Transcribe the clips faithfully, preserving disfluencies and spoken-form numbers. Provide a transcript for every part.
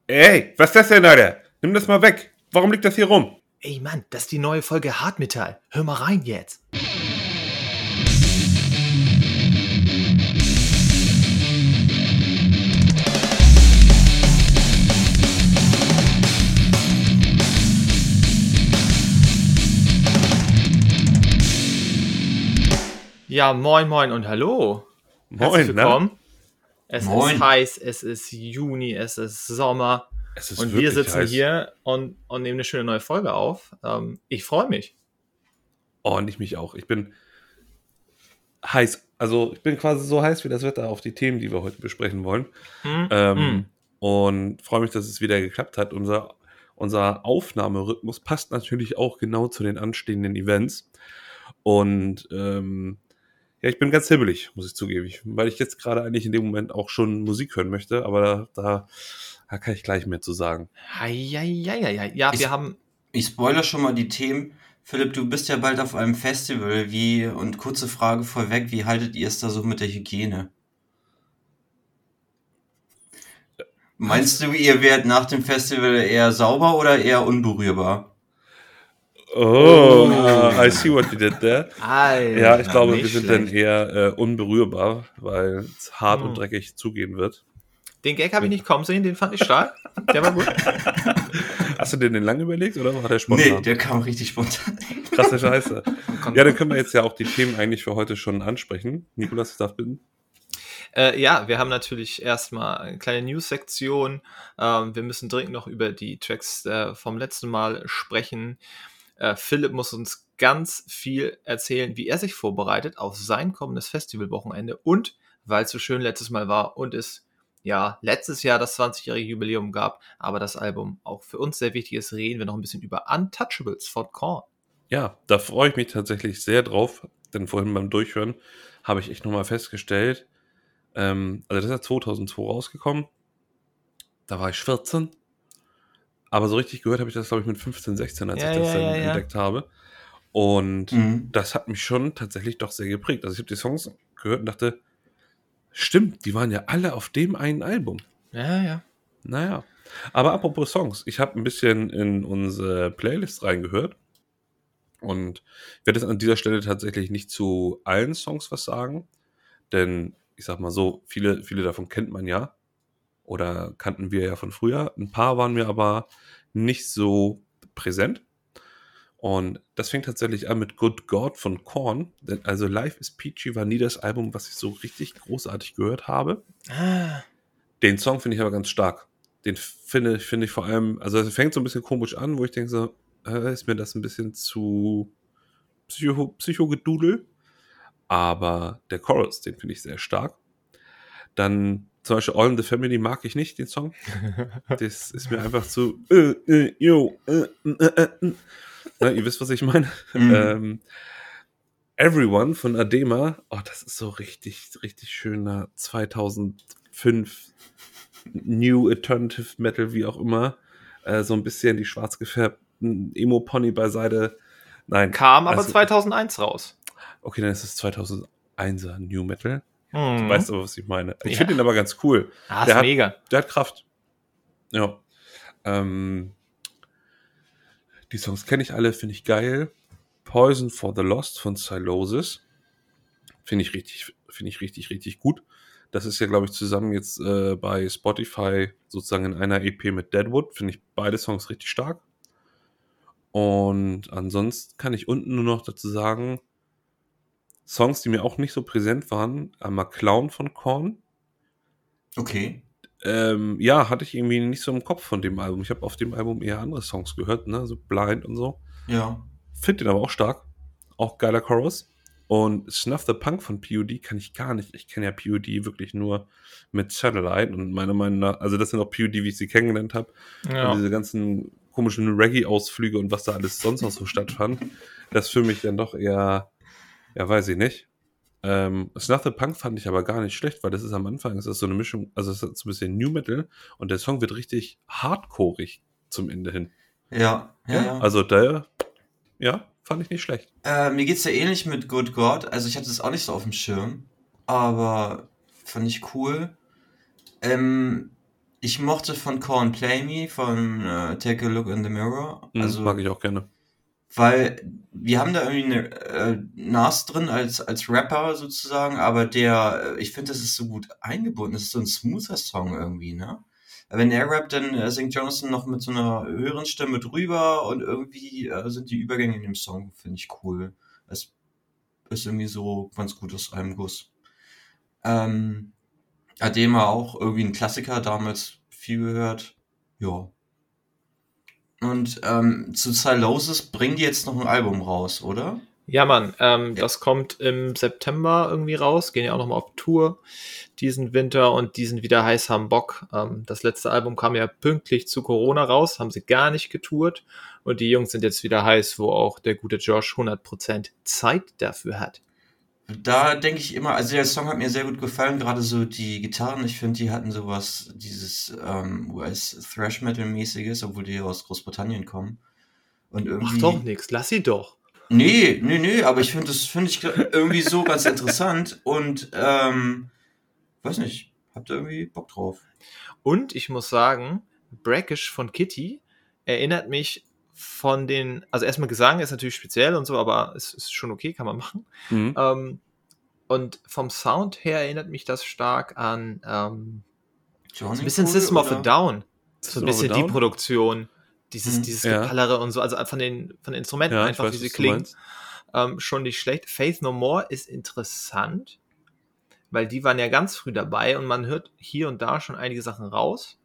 Ey, was ist das denn, Alter? Nimm das mal weg. Warum liegt das hier rum? Ey Mann, das ist die neue Folge Hartmetall. Hör mal rein jetzt. Ja, moin moin und hallo. Herzlich Moin, willkommen. ne? Es Moin. ist heiß, es ist Juni, es ist Sommer. Es ist Und wir wirklich sitzen heiß. hier und, und nehmen eine schöne neue Folge auf. Ähm, ich freue mich. Oh, und ich mich auch. Ich bin heiß. Also ich bin quasi so heiß wie das Wetter auf die Themen, die wir heute besprechen wollen. Hm? Ähm, Hm. Und freue mich, dass es wieder geklappt hat. Unser, unser Aufnahmerhythmus passt natürlich auch genau zu den anstehenden Events. Und ähm, ja, ich bin ganz hibbelig, muss ich zugeben. Ich, weil ich jetzt gerade eigentlich in dem Moment auch schon Musik hören möchte. Aber da, da, da kann ich gleich mehr zu sagen. Heieieiei. Ja, Ich- wir haben... Ich spoilere schon mal die Themen. Philipp, du bist ja bald auf einem Festival. Wie, und kurze Frage vorweg, wie haltet ihr es da so mit der Hygiene? Meinst du, ihr werdet nach dem Festival eher sauber oder eher unberührbar? Oh, I see what you did there. Alter, Ja, ich glaube, nicht wir sind schlecht. dann eher äh, unberührbar, weil es hart Hm. und dreckig zugehen wird. Den Gag habe ich nicht kommen sehen, den fand ich stark. Der war gut. Hast du dir den lang überlegt oder war der Nee, spontan? der kam richtig spontan. Krasse Scheiße. Ja, dann können wir jetzt ja auch die Themen eigentlich für heute schon ansprechen. Nikolas, ich darf bitten. Äh, ja, wir haben natürlich erstmal eine kleine News-Sektion. Ähm, wir müssen dringend noch über die Tracks äh, vom letzten Mal sprechen. Äh, Philipp muss uns ganz viel erzählen, wie er sich vorbereitet auf sein kommendes Festivalwochenende und, weil es so schön letztes Mal war und es ja letztes Jahr das zwanzigjährige Jubiläum gab, aber das Album auch für uns sehr wichtig ist, reden wir noch ein bisschen über Untouchables von Korn. Ja, da freue ich mich tatsächlich sehr drauf, denn vorhin beim Durchhören habe ich echt nochmal festgestellt, ähm, also das ist ja zweitausendzwei rausgekommen, da war ich vierzehn, aber so richtig gehört habe ich das, glaube ich, mit fünfzehn, sechzehn, als Ja, ich das ja, dann ja, ja. entdeckt habe. Und Mhm. das hat mich schon tatsächlich doch sehr geprägt. Also ich habe die Songs gehört und dachte, stimmt, die waren ja alle auf dem einen Album. Ja, ja. Naja, aber apropos Songs, ich habe ein bisschen in unsere Playlist reingehört und ich werde jetzt an dieser Stelle tatsächlich nicht zu allen Songs was sagen, denn ich sag mal so, viele, viele davon kennt man ja oder kannten wir ja von früher. Ein paar waren mir aber nicht so präsent. Und das fängt tatsächlich an mit Good God von Korn. Denn also Life is Peachy war nie das Album, was ich so richtig großartig gehört habe. Ah, Den Song finde ich aber ganz stark. Den finde finde ich vor allem, also es fängt so ein bisschen komisch an, wo ich denke so, äh, ist mir das ein bisschen zu Psycho, Psychogedudel. Aber der Chorus, den finde ich sehr stark. Dann zum Beispiel All in the Family mag ich nicht, den Song. Das ist mir einfach zu, äh, äh, yo, äh, äh, äh, äh. Na, ihr wisst, was ich meine. Mhm. Ähm, Everyone von Adema, oh, das ist so richtig, richtig schöner zweitausendfünf New Alternative Metal, wie auch immer. Äh, so ein bisschen die schwarz gefärbten Emo-Pony beiseite. Nein. kam aber also- zweitausendeins raus. Okay, dann ist es zweitausendeiner New Metal. Du Mhm. weißt aber, was ich meine. Ich Ja. finde ihn aber ganz cool. Ah, ist der hat- mega. Der hat Kraft. Ja. Ähm, die Songs kenne ich alle, finde ich geil. Poison for the Lost von Sylosis. Finde ich richtig, finde ich richtig, richtig gut. Das ist ja, glaube ich, zusammen jetzt äh, bei Spotify sozusagen in einer E P mit Deadwood. Finde ich beide Songs richtig stark. Und ansonsten kann ich unten nur noch dazu sagen, Songs, die mir auch nicht so präsent waren. Einmal Clown von Korn. Okay. Ähm, ja, hatte ich irgendwie nicht so im Kopf von dem Album. Ich habe auf dem Album eher andere Songs gehört, ne, so Blind und so. Ja. Finde den aber auch stark. Auch geiler Chorus. Und Snuff the Punk von P O D kann ich gar nicht. Ich kenne ja P O D wirklich nur mit Satellite und meiner Meinung nach, also das sind auch P O D, wie ich sie kennengelernt habe. Ja. Und diese ganzen komischen Reggae-Ausflüge und was da alles sonst noch so stattfand, das für mich dann doch eher, ja, weiß ich nicht. Ähm, Snuff the Punk fand ich aber gar nicht schlecht, weil das ist am Anfang, es ist so eine Mischung, also es ist so ein bisschen New Metal und der Song wird richtig hardcoreig zum Ende hin. Ja. Ja, ja. Also der, ja, fand ich nicht schlecht. Äh, mir geht's ja ähnlich mit Good God. Also ich hatte es auch nicht so auf dem Schirm, aber fand ich cool. Ähm, Ich mochte von Korn Play Me, von äh, Take a Look in the Mirror. Mhm, Also, mag ich auch gerne. weil wir haben da irgendwie eine äh, Nas drin als, als Rapper sozusagen, aber der, äh, ich finde, das ist so gut eingebunden. Das ist so ein smoother Song irgendwie, ne? Wenn er rappt, dann äh, singt Jonathan noch mit so einer höheren Stimme drüber und irgendwie äh, sind die Übergänge in dem Song, finde ich cool. Es ist irgendwie so ganz gut aus einem Guss. Ähm, Adema auch irgendwie ein Klassiker, damals viel gehört. Ja. Und ähm, zu Psylosis bringen die jetzt noch ein Album raus, oder? Ja, Mann, ähm, das kommt im September irgendwie raus. Gehen ja auch nochmal auf Tour diesen Winter und die sind wieder heiß, haben Bock. Ähm, das letzte Album kam ja pünktlich zu Corona raus, haben sie gar nicht getourt. Und die Jungs sind jetzt wieder heiß, wo auch der gute Josh hundert Prozent Zeit dafür hat. Da denke ich immer, also der Song hat mir sehr gut gefallen, gerade so die Gitarren, ich finde, die hatten sowas, dieses ähm, U S-Thrash-Metal-mäßiges, obwohl die aus Großbritannien kommen. Und irgendwie. Ach doch, nix, lass sie doch. Nee, nee, nee, aber ich finde das finde ich irgendwie so ganz interessant und ähm, weiß nicht, habt ihr irgendwie Bock drauf. Und ich muss sagen, Brackish von Kitty erinnert mich von den, also erstmal Gesang ist natürlich speziell und so, aber es ist schon okay, kann man machen. Mhm. Ähm, und vom Sound her erinnert mich das stark an ähm, so ein bisschen System of a Down. So ein bisschen die Produktion, dieses, Mhm. dieses Ja. Gepallere und so, also von den, von den Instrumenten Ja, ich einfach, weiß, wie sie was du klingen. meinst. Ähm, schon nicht schlecht. Faith No More ist interessant, weil die waren ja ganz früh dabei und man hört hier und da schon einige Sachen raus.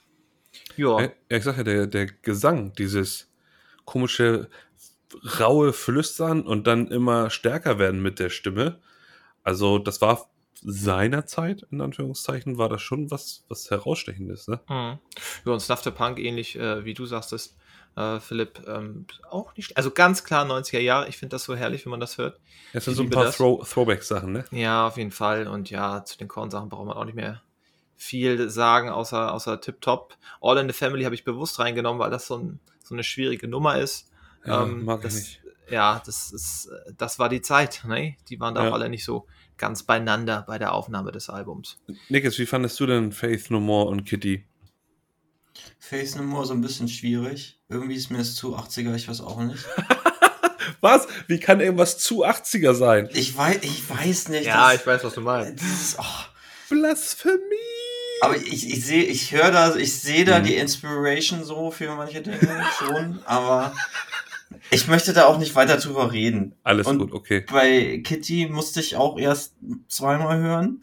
Ja, Ja, ich sag ja, der, der Gesang, dieses komische, raue Flüstern und dann immer stärker werden mit der Stimme. Also, das war seinerzeit, in Anführungszeichen, war das schon was, was herausstechendes, ne? Mhm. Ja, und Snuff the Punk, ähnlich äh, wie du sagtest, äh, Philipp, ähm, auch nicht. Also ganz klar neunziger Jahre, ich finde das so herrlich, wenn man das hört. Es sind Ich so ein liebe paar das. Throw Throwback-Sachen, ne? Ja, auf jeden Fall. Und ja, zu den Korn-Sachen braucht man auch nicht mehr viel sagen, außer, außer Tip-Top. All in the Family habe ich bewusst reingenommen, weil das so, ein, so eine schwierige Nummer ist. Ja, Ähm, mag ich das, nicht. Ja, das ist, das war die Zeit, ne? Die waren da Ja. auch alle nicht so ganz beieinander bei der Aufnahme des Albums. Nikis, wie fandest du denn Faith No More und Kitty? Faith No More so ein bisschen schwierig. Irgendwie ist mir das zu achtziger, ich weiß auch nicht. Was? Wie kann irgendwas zu achtziger sein? Ich weiß, ich weiß nicht. Ja, das, ich weiß, was du meinst. das ist, oh. Blasphemie! Aber ich, ich sehe, ich höre da, ich sehe da Mhm. die Inspiration so für manche Dinge schon, aber ich möchte da auch nicht weiter drüber reden. Alles Und gut, okay. bei Kitty musste ich auch erst zweimal hören.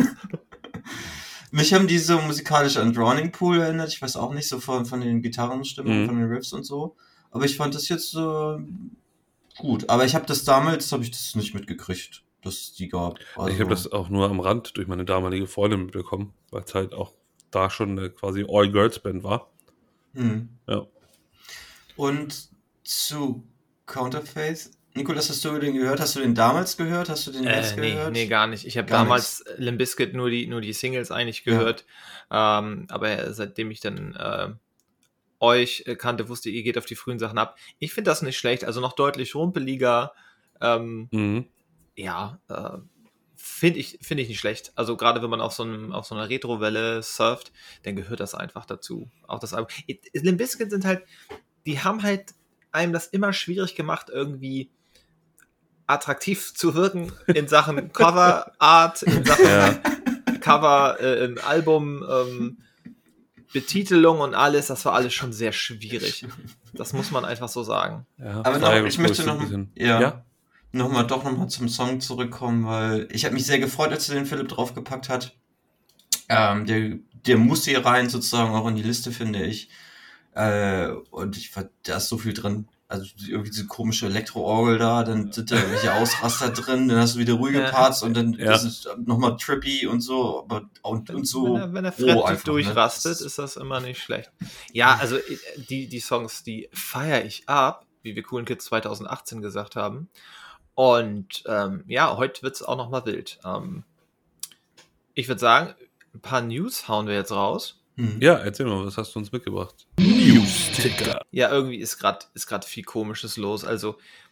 Mich haben die so musikalisch an Drowning Pool erinnert, ich weiß auch nicht, so von, von den Gitarrenstimmen, Mhm. von den Riffs und so. Aber ich fand das jetzt äh, gut. Aber ich habe das damals, habe ich das nicht mitgekriegt, dass es die gab. Also, Ich habe das auch nur am Rand durch meine damalige Freundin mitbekommen, weil es halt auch da schon eine quasi All-Girls-Band war. Hm. Ja. Und zu Counterfaith. Nikolas, hast du den gehört? Hast du den damals gehört? Hast du den jetzt Äh, nee, gehört? nee, gar nicht. Ich habe Gar damals Limp Bizkit nur die, nur die Singles eigentlich gehört. Ähm, aber seitdem ich dann äh, euch äh, kannte, wusste, ihr geht auf die frühen Sachen ab. Ich finde das nicht schlecht. Also noch deutlich rumpeliger. Ähm, Mhm. ja, äh, finde ich, finde ich nicht schlecht. Also gerade wenn man auf so, einem, auf so einer Retro-Welle surft, dann gehört das einfach dazu. Auch das Album. Limp Bizkit sind halt, die haben halt einem das immer schwierig gemacht, irgendwie attraktiv zu wirken in Sachen Cover Art, in Sachen Ja. Cover, äh, in Album, ähm, Betitelung und alles, das war alles schon sehr schwierig. Das muss man einfach so sagen. Ja, Aber noch, Freiburg ich möchte ist ein noch, bisschen- ja, ja? noch mal doch noch mal zum Song zurückkommen, weil ich habe mich sehr gefreut, als er den Philipp draufgepackt hat. Ähm, der, der muss hier rein sozusagen auch in die Liste, finde ich. Äh, und ich fand, da ist so viel drin. Also irgendwie diese komische Elektro-Orgel da, dann sind da irgendwelche Ausraster drin, dann hast du wieder ruhige Ja. Parts und dann Ja. das ist nochmal trippy und so, aber und, und so. wenn er, wenn er roh Fred einfach, durchrastet, ne? ist das immer nicht schlecht. Ja, also äh, die, die Songs, die feiere ich ab, wie wir Coolen Kids zwanzig achtzehn gesagt haben. Und ähm, ja, heute wird es auch nochmal wild. Ähm, ich würde sagen, ein paar News hauen wir jetzt raus. Hm. Ja, erzähl mal, was hast du uns mitgebracht? News-Ticker. Ja, irgendwie ist gerade ist gerade viel Komisches los. Also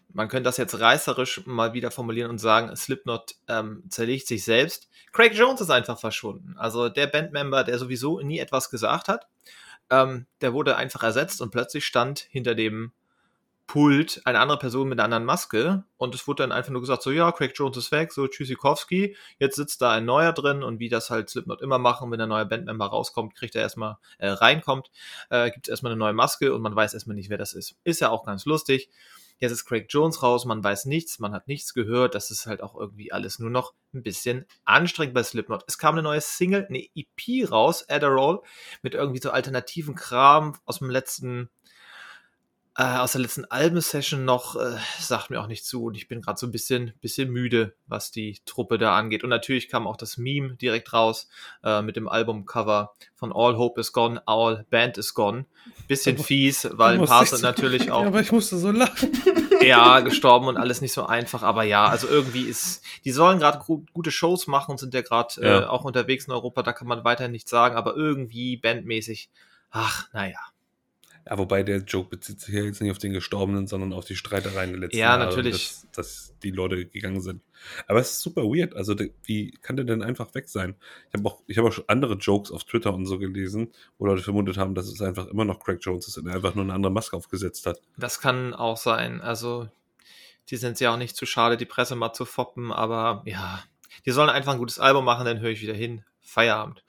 man könnte das jetzt reißerisch mal wieder formulieren und sagen, Slipknot ähm, zerlegt sich selbst. Craig Jones ist einfach verschwunden. Also der Bandmember, der sowieso nie etwas gesagt hat, ähm, der wurde einfach ersetzt und plötzlich stand hinter dem Pult eine andere Person mit einer anderen Maske und es wurde dann einfach nur gesagt, so ja, Craig Jones ist weg, so Tschüssikowski, jetzt sitzt da ein neuer drin und wie das halt Slipknot immer machen, wenn ein neuer Bandmember rauskommt, kriegt er erstmal, äh, reinkommt, äh, gibt es erstmal eine neue Maske und man weiß erstmal nicht, wer das ist. Ist ja auch ganz lustig. Jetzt ist Craig Jones raus, man weiß nichts, man hat nichts gehört, das ist halt auch irgendwie alles nur noch ein bisschen anstrengend bei Slipknot. Es kam eine neue Single, eine E P raus, Adderall, mit irgendwie so alternativen Kram aus dem letzten Äh, aus der letzten Alben-Session noch, äh, sagt mir auch nicht zu und ich bin gerade so ein bisschen, bisschen müde, was die Truppe da angeht. Und natürlich kam auch das Meme direkt raus äh, mit dem Albumcover von All Hope is Gone, All Band is Gone. Bisschen Aber fies, weil ein paar sind natürlich auch Ja, aber ich musste so lachen. ja, gestorben und alles nicht so einfach, aber ja, also irgendwie ist, die sollen gerade gu- gute Shows machen und sind ja gerade äh, Ja. auch unterwegs in Europa, da kann man weiterhin nichts sagen, aber irgendwie bandmäßig, ach, naja. Ja, wobei der Joke bezieht sich ja jetzt nicht auf den Gestorbenen, sondern auf die Streitereien der letzten Ja, Jahre, natürlich. Dass, dass die Leute gegangen sind. Aber es ist super weird. Also, der, wie kann der denn einfach weg sein? Ich habe auch, ich hab auch schon andere Jokes auf Twitter und so gelesen, wo Leute vermutet haben, dass es einfach immer noch Craig Jones ist und er einfach nur eine andere Maske aufgesetzt hat. Das kann auch sein. Also, die sind ja auch nicht zu schade, die Presse mal zu foppen, aber ja, die sollen einfach ein gutes Album machen, dann höre ich wieder hin. Feierabend.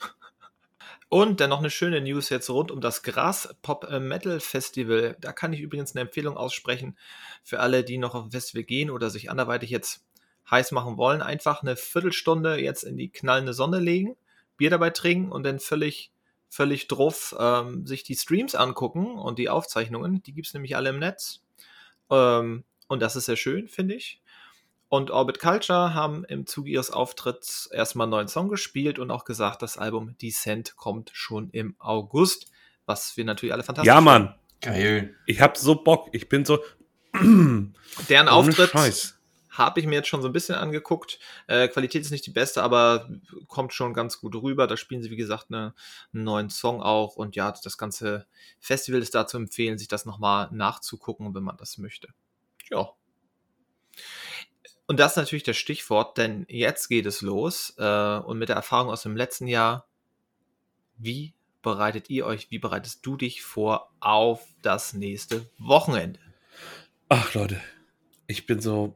Und dann noch eine schöne News jetzt rund um das Gras Pop Metal Festival. Da kann ich übrigens eine Empfehlung aussprechen für alle, die noch auf ein Festival gehen oder sich anderweitig jetzt heiß machen wollen. Einfach eine Viertelstunde jetzt in die knallende Sonne legen, Bier dabei trinken und dann völlig, völlig drauf ähm, sich die Streams angucken und die Aufzeichnungen. Die gibt's nämlich alle im Netz. Ähm, und das ist sehr schön, finde ich. Und Orbit Culture haben im Zuge ihres Auftritts erstmal einen neuen Song gespielt und auch gesagt, das Album Descent kommt schon im August, was wir natürlich alle fantastisch Ja, Mann. Geil. Ich hab so Bock. Ich bin so. finden. Deren Ohne Auftritt Scheiß. habe ich mir jetzt schon so ein bisschen angeguckt. Äh, Qualität ist nicht die beste, aber kommt schon ganz gut rüber. Da spielen sie, wie gesagt, eine, einen neuen Song auch. Und ja, das ganze Festival ist da zu empfehlen, sich das nochmal nachzugucken, wenn man das möchte. Ja. Und das ist natürlich das Stichwort, denn jetzt geht es los. Äh, und mit der Erfahrung aus dem letzten Jahr, wie bereitet ihr euch, wie bereitest du dich vor auf das nächste Wochenende? Ach, Leute. Ich bin so.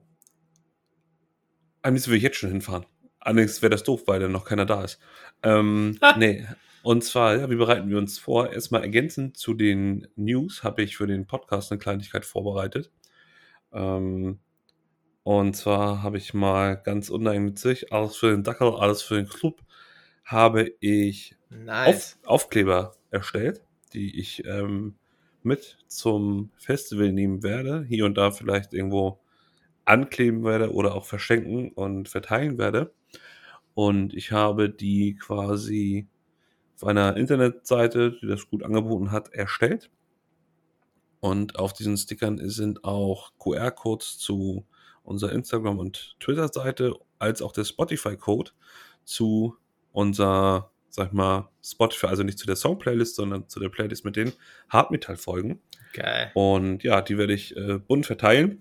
Am liebsten würde ich jetzt schon hinfahren. Allerdings wäre das doof, weil dann noch keiner da ist. Ähm, nee. Und zwar, ja, wie bereiten wir uns vor? Erstmal ergänzend zu den News habe ich für den Podcast eine Kleinigkeit vorbereitet. Ähm, und zwar habe ich mal ganz uneigennützig, alles für den Dackel, alles für den Club, habe ich Nice. Auf, Aufkleber erstellt, die ich ähm, mit zum Festival nehmen werde, hier und da vielleicht irgendwo ankleben werde oder auch verschenken und verteilen werde. Und ich habe die quasi auf einer Internetseite, die das gut angeboten hat, erstellt. Und auf diesen Stickern sind auch Q R-Codes zu unserer Instagram- und Twitter-Seite, als auch der Spotify-Code zu unserer, sag ich mal, Spotify, also nicht zu der Song-Playlist, sondern zu der Playlist mit den Hardmetal-Folgen. Geil. Und ja, die werde ich äh, bunt verteilen.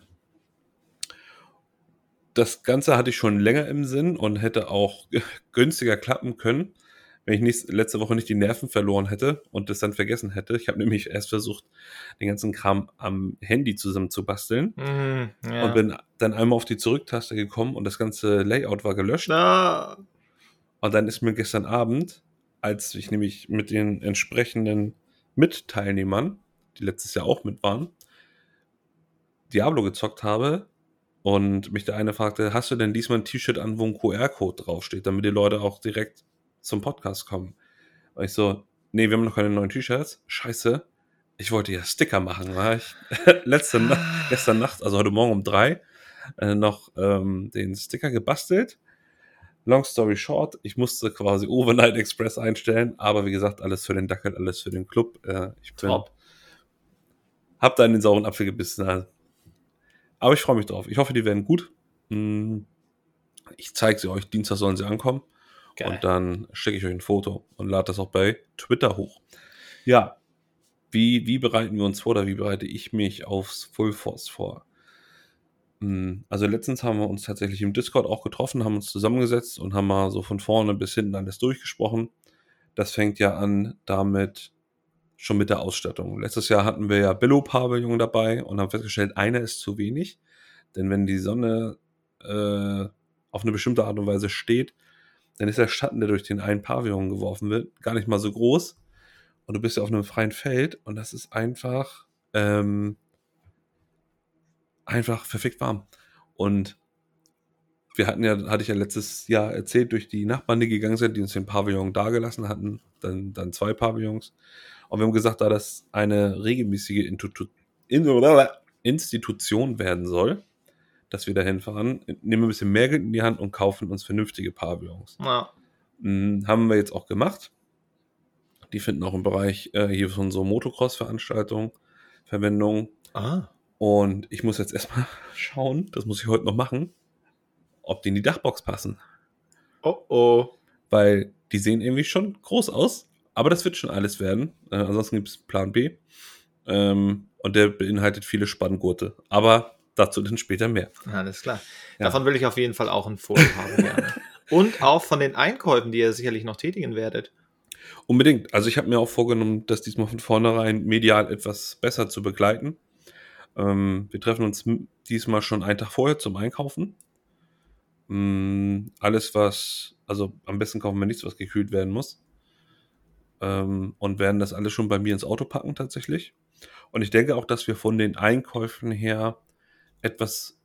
Das Ganze hatte ich schon länger im Sinn und hätte auch günstiger klappen können, wenn ich nicht, letzte Woche nicht die Nerven verloren hätte und das dann vergessen hätte. Ich habe nämlich erst versucht, den ganzen Kram am Handy zusammen zu basteln Mhm, ja. und bin dann einmal auf die Zurücktaste gekommen und das ganze Layout war gelöscht. Ah, Und dann ist mir gestern Abend, als ich nämlich mit den entsprechenden Mitteilnehmern, die letztes Jahr auch mit waren, Diablo gezockt habe und mich der eine fragte, hast du denn diesmal ein T-Shirt an, wo ein Q R-Code draufsteht, damit die Leute auch direkt zum Podcast kommen? Und ich so, nee, wir haben noch keine neuen T-Shirts. Scheiße, ich wollte ja Sticker machen. Da habe ich letzte Nacht, gestern Nacht, also heute Morgen um drei, äh, noch ähm, den Sticker gebastelt. Long story short, ich musste quasi Overnight Express einstellen, aber wie gesagt, alles für den Dackel, alles für den Club. Äh, ich bin, top. hab da in den sauren Apfel gebissen. Also. Aber ich freue mich drauf. Ich hoffe, die werden gut. Ich zeige sie euch. Dienstag sollen sie ankommen. Geil. Und dann schicke ich euch ein Foto und lade das auch bei Twitter hoch. Ja, wie, wie bereiten wir uns vor oder wie bereite ich mich aufs Full Force vor? Also letztens haben wir uns tatsächlich im Discord auch getroffen, haben uns zusammengesetzt und haben mal so von vorne bis hinten alles durchgesprochen. Das fängt ja an damit, schon mit der Ausstattung. Letztes Jahr hatten wir ja Billo-Pavillon dabei und haben festgestellt, einer ist zu wenig. Denn wenn die Sonne äh, auf eine bestimmte Art und Weise steht, dann ist der Schatten, der durch den einen Pavillon geworfen wird, gar nicht mal so groß. Und du bist ja auf einem freien Feld und das ist einfach ähm, einfach verfickt warm. Und wir hatten ja, hatte ich ja letztes Jahr erzählt, durch die Nachbarn, die gegangen sind, die uns den Pavillon dagelassen hatten, dann, dann zwei Pavillons. Und wir haben gesagt, da das eine regelmäßige Institu- Institution werden soll, dass wir da hinfahren, nehmen wir ein bisschen mehr Geld in die Hand und kaufen uns vernünftige Pavillons. Ja. Mhm, haben wir jetzt auch gemacht. Die finden auch im Bereich äh, hier von so Motocross-Veranstaltungen Verwendung. Ah. Und ich muss jetzt erstmal schauen, das muss ich heute noch machen, ob die in die Dachbox passen. Oh oh. Weil die sehen irgendwie schon groß aus, aber das wird schon alles werden. Äh, ansonsten gibt es Plan B. Ähm, und der beinhaltet viele Spanngurte. Aber dazu dann später mehr. Alles klar. Ja. Davon will ich auf jeden Fall auch ein Foto haben gerne. Und auch von den Einkäufen, die ihr sicherlich noch tätigen werdet. Unbedingt. Also ich habe mir auch vorgenommen, das diesmal von vornherein medial etwas besser zu begleiten. Ähm, wir treffen uns m- diesmal schon einen Tag vorher zum Einkaufen. Mm, alles, was, also am besten kaufen wir nichts, was gekühlt werden muss. Ähm, und werden das alles schon bei mir ins Auto packen tatsächlich. Und ich denke auch, dass wir von den Einkäufen her etwas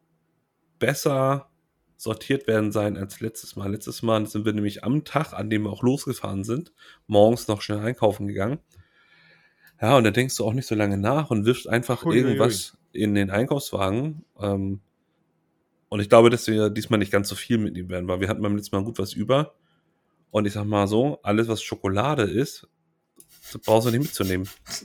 besser sortiert werden sein als letztes Mal. Letztes Mal sind wir nämlich am Tag, an dem wir auch losgefahren sind, morgens noch schnell einkaufen gegangen. Ja, und da denkst du auch nicht so lange nach und wirfst einfach Hui, hui, irgendwas in den Einkaufswagen. Ähm, und ich glaube, dass wir diesmal nicht ganz so viel mitnehmen werden, weil wir hatten beim letzten Mal gut was über. Und ich sag mal so, alles, was Schokolade ist, das brauchst du nicht mitzunehmen.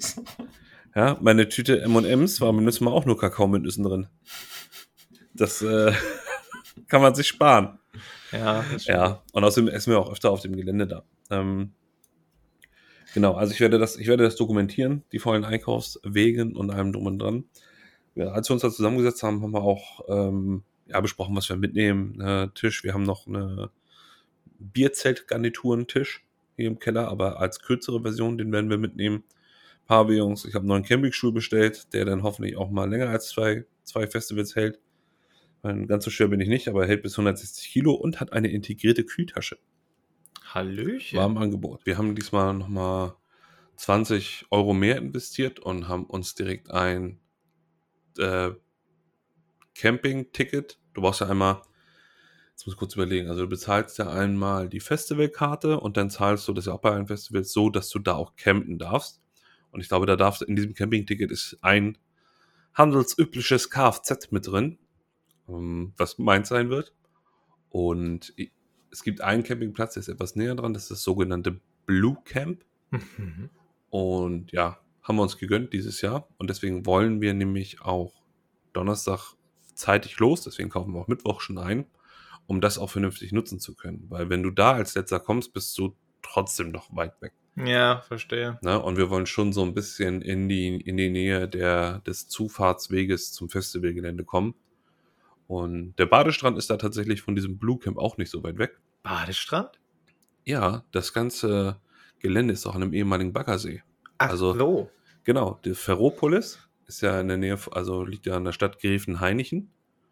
Ja, meine Tüte M und M's war beim letzten Mal auch nur Kakao mit Nüssen drin. Das äh, kann man sich sparen. Ja, das stimmt. Ja, und außerdem essen wir auch öfter auf dem Gelände da. Ähm, genau, also ich werde das, ich werde das dokumentieren, die vollen Einkaufswegen und allem drum und dran. Ja, als wir uns da zusammengesetzt haben, haben wir auch ähm, ja, besprochen, was wir mitnehmen. Äh, Tisch, wir haben noch eine Bierzelt-Garnituren-Tisch hier im Keller, aber als kürzere Version, den werden wir mitnehmen. Pavillons, ich habe einen neuen Campingstuhl bestellt, der dann hoffentlich auch mal länger als zwei, zwei Festivals hält. Ganz so schwer bin ich nicht, aber er hält bis hundertsechzig Kilo und hat eine integrierte Kühltasche. Hallöchen. War im Angebot. Wir haben diesmal nochmal zwanzig Euro mehr investiert und haben uns direkt ein äh, Camping-Ticket. Du brauchst ja einmal, jetzt muss ich kurz überlegen, also du bezahlst ja einmal die Festivalkarte und dann zahlst du, das ist ja auch bei einem Festival so, dass du da auch campen darfst. Und ich glaube, da darfst in diesem Camping-Ticket ist ein handelsübliches Kfz mit drin, was meins sein wird. Und es gibt einen Campingplatz, der ist etwas näher dran, das ist das sogenannte Blue Camp. Mhm. Und ja, haben wir uns gegönnt dieses Jahr. Und deswegen wollen wir nämlich auch Donnerstag zeitig los, deswegen kaufen wir auch Mittwoch schon ein, um das auch vernünftig nutzen zu können. Weil wenn du da als Letzter kommst, bist du trotzdem noch weit weg. Ja, verstehe. Ne? Und wir wollen schon so ein bisschen in die, in die Nähe der, des Zufahrtsweges zum Festivalgelände kommen. Und der Badestrand ist da tatsächlich von diesem Blue Camp auch nicht so weit weg. Badestrand? Ja, das ganze Gelände ist auch an einem ehemaligen Baggersee. Ach Also, so. Genau, der Ferropolis ist ja in der Nähe, also liegt ja an der Stadt Gräfenhainichen.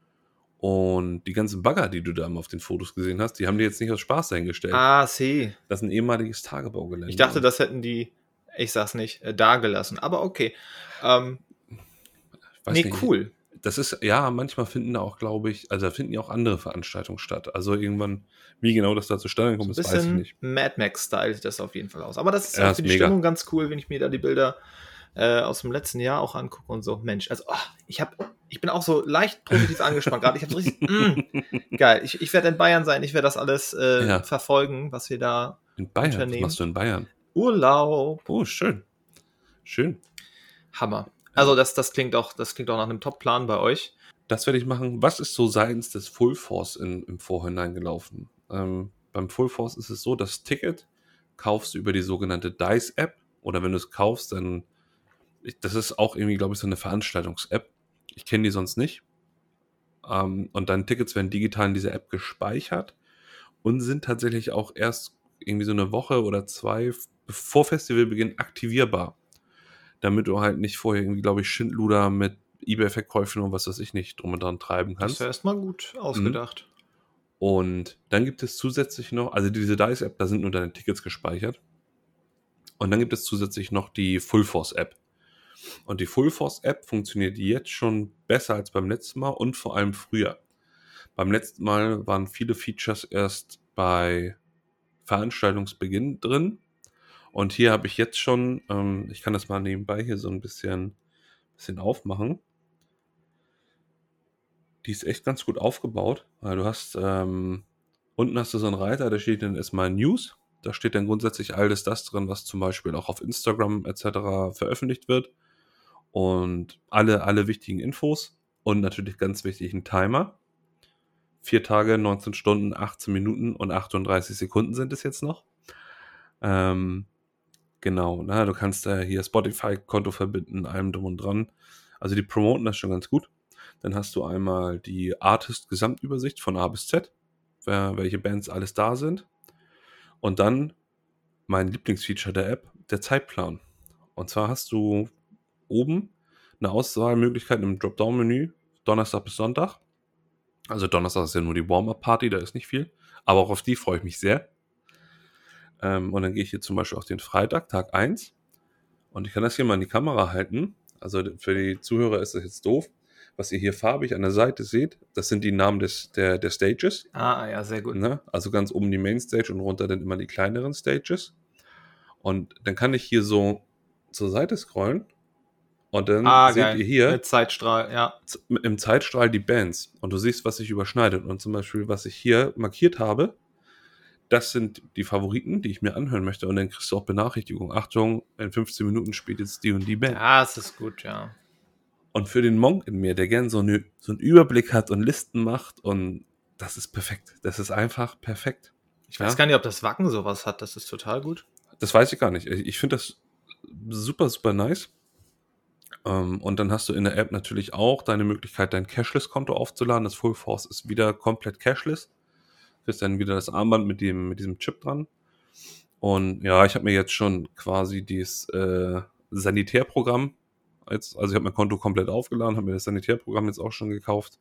Und die ganzen Bagger, die du da auf den Fotos gesehen hast, die haben die jetzt nicht aus Spaß dahingestellt. Ah, sie. Das ist ein ehemaliges Tagebaugelände. Ich dachte, das hätten die, ich sag's nicht, äh, da gelassen. Aber okay. Ähm, Weiß nee, nicht. cool. Das ist, ja, manchmal finden da auch, glaube ich, also da finden ja auch andere Veranstaltungen statt. Also irgendwann, wie genau das da zustande kommt, So das weiß ich bisschen nicht. Mad Max-Style sieht das auf jeden Fall aus. Aber das ist Ja, auch ist für die mega. Stimmung ganz cool, wenn ich mir da die Bilder äh, aus dem letzten Jahr auch angucke und so. Mensch, also oh, ich hab, ich bin auch so leicht positiv angespannt gerade. Ich habe so richtig, mm, geil. Ich, ich werde in Bayern sein. Ich werde das alles äh, Ja. verfolgen, was wir da In Bayern? Was Unternehmen. machst du in Bayern? Urlaub. Oh, schön. Schön. Hammer. Also das, das klingt auch, das klingt auch nach einem Top-Plan bei euch. Das werde ich machen. Was ist so seitens des Full Force in, im Vorhinein gelaufen? Ähm, beim Full Force ist es so, das Ticket kaufst du über die sogenannte Dice-App oder wenn du es kaufst, dann, ich, das ist auch irgendwie, glaube ich, so eine Veranstaltungs-App. Ich kenne die sonst nicht. Ähm, und deine Tickets werden digital in dieser App gespeichert und sind tatsächlich auch erst irgendwie so eine Woche oder zwei f- bevor Festivalbeginn aktivierbar. Damit du halt nicht vorher irgendwie, glaube ich, Schindluder mit eBay-Verkäufen und was weiß ich nicht drum und dran treiben Das kannst. wäre erstmal gut ausgedacht. Und dann gibt es zusätzlich noch, also diese Dice-App, da sind nur deine Tickets gespeichert. Und dann gibt es zusätzlich noch die Full Force-App. Und die Full Force-App funktioniert jetzt schon besser als beim letzten Mal und vor allem früher. Beim letzten Mal waren viele Features erst bei Veranstaltungsbeginn drin. Und hier habe ich jetzt schon, ähm, ich kann das mal nebenbei hier so ein bisschen, bisschen aufmachen. Die ist echt ganz gut aufgebaut, weil du hast, ähm, unten hast du so einen Reiter, da steht dann erstmal News. Da steht dann grundsätzlich alles das drin, was zum Beispiel auch auf Instagram et cetera veröffentlicht wird. Und alle, alle wichtigen Infos. Und natürlich ganz wichtig ein Timer. Vier Tage, neunzehn Stunden, achtzehn Minuten und achtunddreißig Sekunden sind es jetzt noch. Ähm, genau, na, du kannst äh, hier Spotify-Konto verbinden, allem drum und dran. Also die promoten das schon ganz gut. Dann hast du einmal die Artist-Gesamtübersicht von A bis Z, wer, welche Bands alles da sind. Und dann mein Lieblingsfeature der App, der Zeitplan. Und zwar hast du oben eine Auswahlmöglichkeit im Dropdown-Menü, Donnerstag bis Sonntag. Also Donnerstag ist ja nur die Warm-Up-Party, da ist nicht viel. Aber auch auf die freue ich mich sehr. Ähm, und dann gehe ich hier zum Beispiel auf den Freitag, Tag eins. Und ich kann das hier mal in die Kamera halten. Also für die Zuhörer ist das jetzt doof. Was ihr hier farbig an der Seite seht, das sind die Namen des, der, der Stages. Ah, ja, sehr gut. Ne? Also ganz oben die Mainstage und runter dann immer die kleineren Stages. Und dann kann ich hier so zur Seite scrollen. Und dann Ah, seht geil. ihr hier Mit Zeitstrahl, ja. z- im Zeitstrahl die Bands. Und du siehst, was sich überschneidet. Und zum Beispiel, was ich hier markiert habe, das sind die Favoriten, die ich mir anhören möchte. Und dann kriegst du auch Benachrichtigung. Achtung, in fünfzehn Minuten spielt jetzt die und die Band. Das ist gut, ja. Und für den Monk in mir, der gern so, eine, so einen Überblick hat und Listen macht, und das ist perfekt. Das ist einfach perfekt. Ich weiß gar nicht, ob das Wacken sowas hat. Das ist total gut. Das weiß ich gar nicht. Ich finde das super, super nice. Ähm, und dann hast du in der App natürlich auch deine Möglichkeit, dein Cashless-Konto aufzuladen. Das Full Force ist wieder komplett cashless. Du hast dann wieder das Armband mit, dem, mit diesem Chip dran. Und ja, ich habe mir jetzt schon quasi dieses äh, Sanitärprogramm, jetzt, also ich habe mein Konto komplett aufgeladen, habe mir das Sanitärprogramm jetzt auch schon gekauft.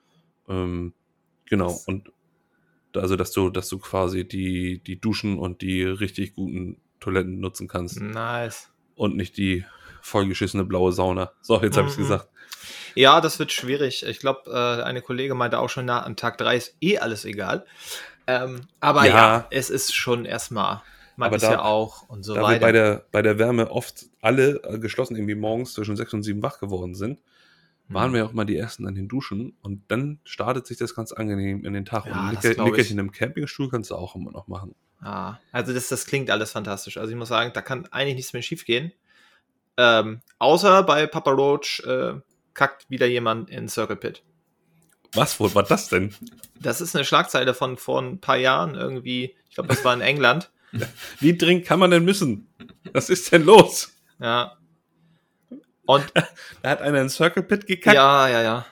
Ähm, genau, Das- und also, dass du, dass du quasi die, die Duschen und die richtig guten Toiletten nutzen kannst Nice. und nicht die vollgeschissene blaue Sauna. So, jetzt habe ich es Mhm. gesagt. Ja, das wird schwierig. Ich glaube, äh, eine Kollegin meinte auch schon, na, an Tag drei ist eh alles egal. Ähm, aber ja. Ja. es ist schon erstmal, man Aber ist da- ja auch und so Da wir weiter. bei der, bei der Wärme oft alle äh, geschlossen irgendwie morgens zwischen sechs und sieben wach geworden sind, waren Hm. wir auch mal die Ersten an den Duschen und dann startet sich das ganz angenehm in den Tag. Ja, und ein das Nicke- glaub ich. Nickerchen im Campingstuhl kannst du auch immer noch machen. Ja, also das, das klingt alles fantastisch. Also ich muss sagen, da kann eigentlich nichts mehr schief gehen. Ähm, außer bei Papa Roach äh, kackt wieder jemand in Circle Pit. Was, wo war das denn? Das ist eine Schlagzeile von vor ein paar Jahren irgendwie. Ich glaube, das war in England. Wie dringend kann man denn müssen? Was ist denn los? Ja. Und Da hat einer in Circle Pit gekackt. ja, ja, ja.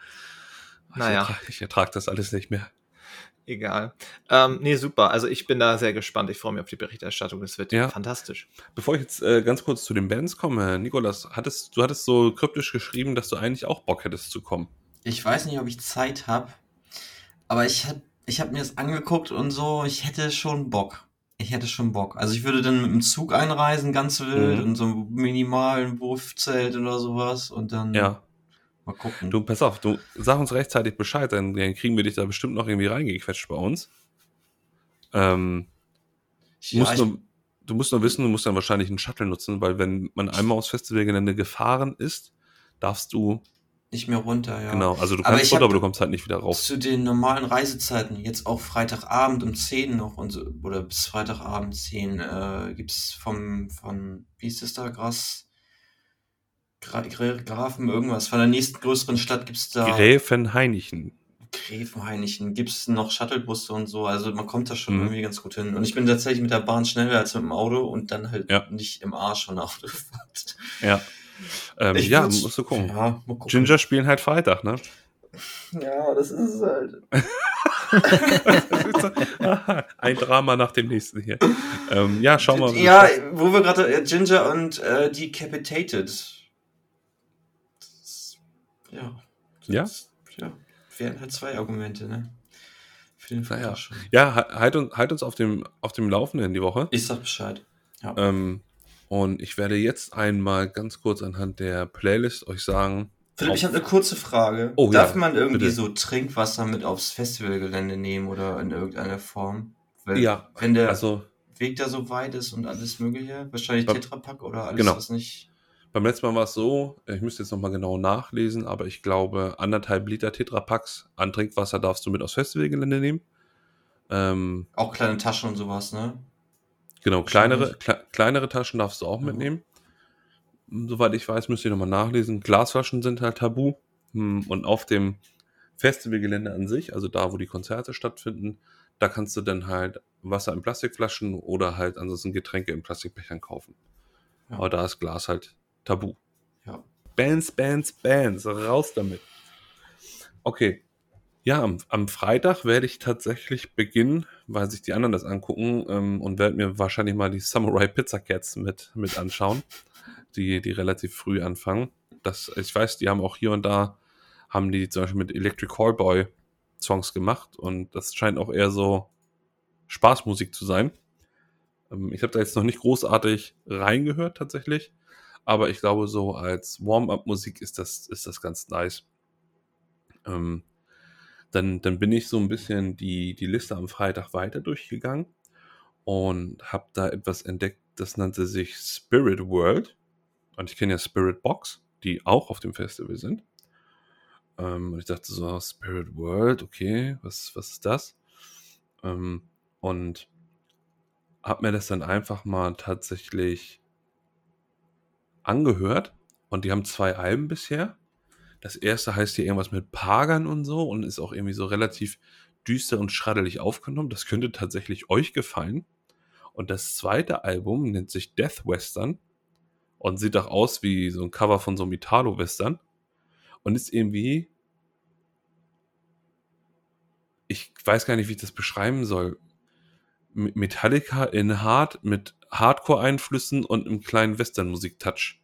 Ich Naja. ertrage ich ertrag das alles nicht mehr. Egal. Ähm, nee, super. Also ich bin da sehr gespannt. Ich freue mich auf die Berichterstattung. Das wird Ja. fantastisch. Bevor ich jetzt äh, ganz kurz zu den Bands komme, Nikolas, hattest, du hattest so kryptisch geschrieben, dass du eigentlich auch Bock hättest zu kommen. Ich weiß nicht, ob ich Zeit habe, aber ich hab, ich hab mir das angeguckt und so, ich hätte schon Bock. Ich hätte schon Bock. Also ich würde dann mit dem Zug einreisen, ganz wild, Mhm. in so einem minimalen Wurfzelt oder sowas und dann Ja. mal gucken. Du, pass auf, du sag uns rechtzeitig Bescheid, dann, dann kriegen wir dich da bestimmt noch irgendwie reingequetscht bei uns. Ähm, ja, musst ich, nur, du musst nur wissen, du musst dann wahrscheinlich einen Shuttle nutzen, weil wenn man einmal aufs Festivalgelände gefahren ist, darfst du, nicht mehr runter, ja. genau, also du Aber kannst ich runter, hab- aber du kommst halt nicht wieder rauf. Zu den normalen Reisezeiten, jetzt auch Freitagabend um zehn noch und so, oder bis Freitagabend zehn, äh, gibt's vom, von, wie ist das da, Gras, Gra Gra Grafen irgendwas, von der nächsten größeren Stadt gibt's da, Gräfenhainichen. Gräfenhainichen, gibt's noch Shuttlebusse und so, also man kommt da schon Mhm. irgendwie ganz gut hin. Und ich bin tatsächlich mit der Bahn schneller als mit dem Auto und dann halt Ja. nicht im Arsch von der Autofahrt. Ja. Ähm, Ich ja, würd's- musst du gucken. Ja, mal gucken. Ginger spielen halt Freitag, ne? Ja, das ist es halt. Ein Drama nach dem nächsten hier. Ähm, ja, schauen wir mal. Ja, wo wir gerade äh, Ginger und äh, Decapitated. Das, ja. Das, ja? Ja. Wären halt zwei Argumente, ne? Für den Naja. Freitag schon. Ja, halt uns, halt uns auf dem, auf dem Laufenden die Woche. Ich sag Bescheid. Ja. Ähm, und ich werde jetzt einmal ganz kurz anhand der Playlist euch sagen. Philipp, ich habe eine kurze Frage. Oh, Darf ja, man irgendwie bitte. so Trinkwasser mit aufs Festivalgelände nehmen oder in irgendeiner Form? Weil Ja, wenn der also Weg da so weit ist und alles mögliche, wahrscheinlich Beim- Tetrapack oder alles, genau. was nicht... beim letzten Mal war es so, ich müsste jetzt nochmal genau nachlesen, aber ich glaube, anderthalb Liter Tetrapacks an Trinkwasser darfst du mit aufs Festivalgelände nehmen. Ähm, Auch kleine Taschen und sowas, ne? genau, kleinere, Wahrscheinlich. kle kleinere Taschen darfst du auch Ja. mitnehmen. Soweit ich weiß, müsst ihr nochmal nachlesen. Glasflaschen sind halt tabu. Hm, Und auf dem Festivalgelände an sich, also da, wo die Konzerte stattfinden, da kannst du dann halt Wasser in Plastikflaschen oder halt ansonsten Getränke in Plastikbechern kaufen. Ja. Aber da ist Glas halt tabu. Ja. Bands, Bands, Bands, raus damit. Okay. Ja, am, am Freitag werde ich tatsächlich beginnen, weil sich die anderen das angucken ähm, und werde mir wahrscheinlich mal die Samurai Pizza Cats mit, mit anschauen, die, die relativ früh anfangen. Das, ich weiß, die haben auch hier und da, haben die zum Beispiel mit Electric Callboy Songs gemacht und das scheint auch eher so Spaßmusik zu sein. Ähm, ich habe da jetzt noch nicht großartig reingehört tatsächlich, aber ich glaube so als Warm-up-Musik ist das, ist das ganz nice. Ähm, Dann, dann bin ich so ein bisschen die, die Liste am Freitag weiter durchgegangen und habe da etwas entdeckt, das nannte sich Spirit World. Und ich kenne ja Spirit Box, die auch auf dem Festival sind. Ähm, und ich dachte so, Spirit World, okay, was, was ist das? Ähm, und habe mir das dann einfach mal tatsächlich angehört. Und die haben zwei Alben bisher. Das erste heißt hier irgendwas mit Pagan und so und ist auch irgendwie so relativ düster und schraddelig aufgenommen. Das könnte tatsächlich euch gefallen. Und das zweite Album nennt sich Death Western und sieht auch aus wie so ein Cover von so einem Italo-Western und ist irgendwie, ich weiß gar nicht, wie ich das beschreiben soll, Metallica in Hard mit Hardcore-Einflüssen und einem kleinen Western-Musik-Touch.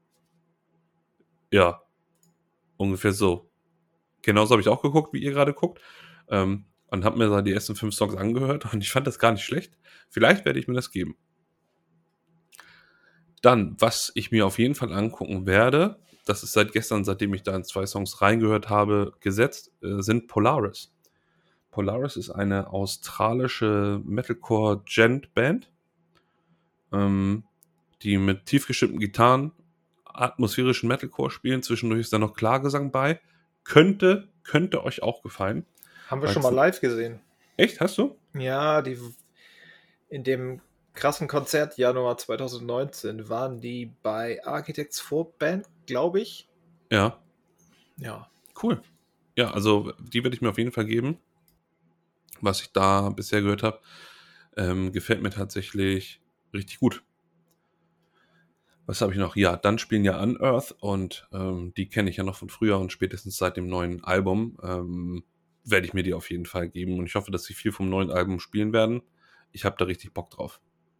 Ja, ungefähr so. Genauso habe ich auch geguckt, wie ihr gerade guckt. Ähm, und habe mir da die ersten fünf Songs angehört und ich fand das gar nicht schlecht. Vielleicht werde ich mir das geben. Dann, was ich mir auf jeden Fall angucken werde, das ist seit gestern, seitdem ich da in zwei Songs reingehört habe, gesetzt, äh, sind Polaris. Polaris ist eine australische Metalcore-Gent-Band, ähm, die mit tiefgestimmten Gitarren atmosphärischen Metalcore spielen. Zwischendurch ist da noch Klargesang bei. Könnte, könnte euch auch gefallen. Haben wir Weil schon mal es- live gesehen. Echt, hast du? Ja, die in dem krassen Konzert Januar zwanzig neunzehn waren die bei Architects Folk Band, glaube ich. Ja, Ja. cool. Ja, also die werde ich mir auf jeden Fall geben. Was ich da bisher gehört habe, ähm, gefällt mir tatsächlich richtig gut. Was habe ich noch? Ja, dann spielen ja Unearth und ähm, die kenne ich ja noch von früher und spätestens seit dem neuen Album ähm, werde ich mir die auf jeden Fall geben und ich hoffe, dass sie viel vom neuen Album spielen werden. Ich habe da richtig Bock drauf.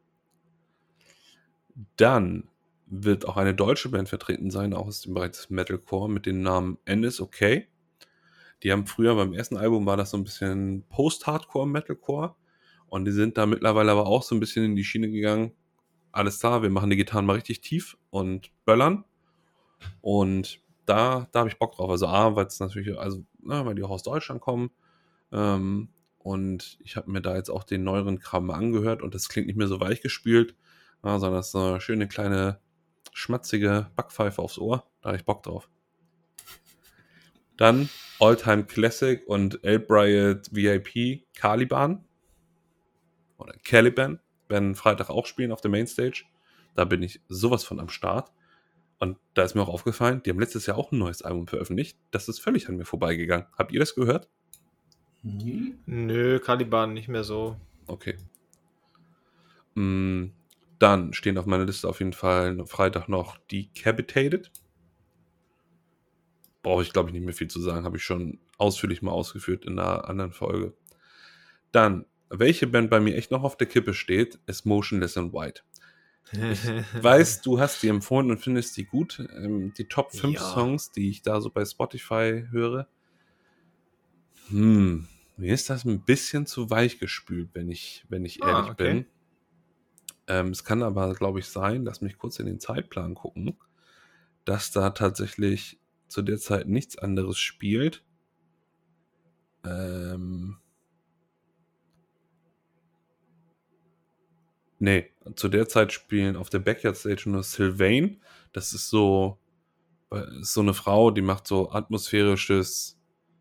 Dann wird auch eine deutsche Band vertreten sein, auch aus dem Bereich des Metalcore, mit dem Namen N is Okay. Die haben früher, beim ersten Album war das so ein bisschen Post-Hardcore Metalcore und die sind da mittlerweile aber auch so ein bisschen in die Schiene gegangen. Alles klar, wir machen die Gitarren mal richtig tief und böllern. Und da, da habe ich Bock drauf. Also A, weil es natürlich, also, na, weil die auch aus Deutschland kommen. Ähm, und ich habe mir da jetzt auch den neueren Kram mal angehört und das klingt nicht mehr so weichgespült, ja, sondern das ist eine schöne kleine schmatzige Backpfeife aufs Ohr. Da habe ich Bock drauf. Dann Alltime Classic und Elbriot V I P Caliban oder Caliban werden Freitag auch spielen auf der Mainstage. Da bin ich sowas von am Start. Und da ist mir auch aufgefallen, die haben letztes Jahr auch ein neues Album veröffentlicht. Das ist völlig an mir vorbeigegangen. Habt ihr das gehört? Nee. Nö, Caliban nicht mehr so. Okay. Mm, Dann stehen auf meiner Liste auf jeden Fall Freitag noch Decapitated. brauche ich, glaube ich, nicht mehr viel zu sagen. Habe ich schon ausführlich mal ausgeführt in einer anderen Folge. Dann, welche Band bei mir echt noch auf der Kippe steht, ist Motionless in White. Ich weiß, du hast die empfohlen und findest die gut. Ähm, die Top fünf Ja. Songs, die ich da so bei Spotify höre, hm, mir ist das ein bisschen zu weich gespült, wenn ich, wenn ich Ah, ehrlich okay. bin. Ähm, es kann aber, glaube ich, sein, lass mich kurz in den Zeitplan gucken, dass da tatsächlich zu der Zeit nichts anderes spielt. Ähm, nee, zu der Zeit spielen auf der Backyard Stage nur Sylvain. Das ist so, ist so eine Frau, die macht so atmosphärisches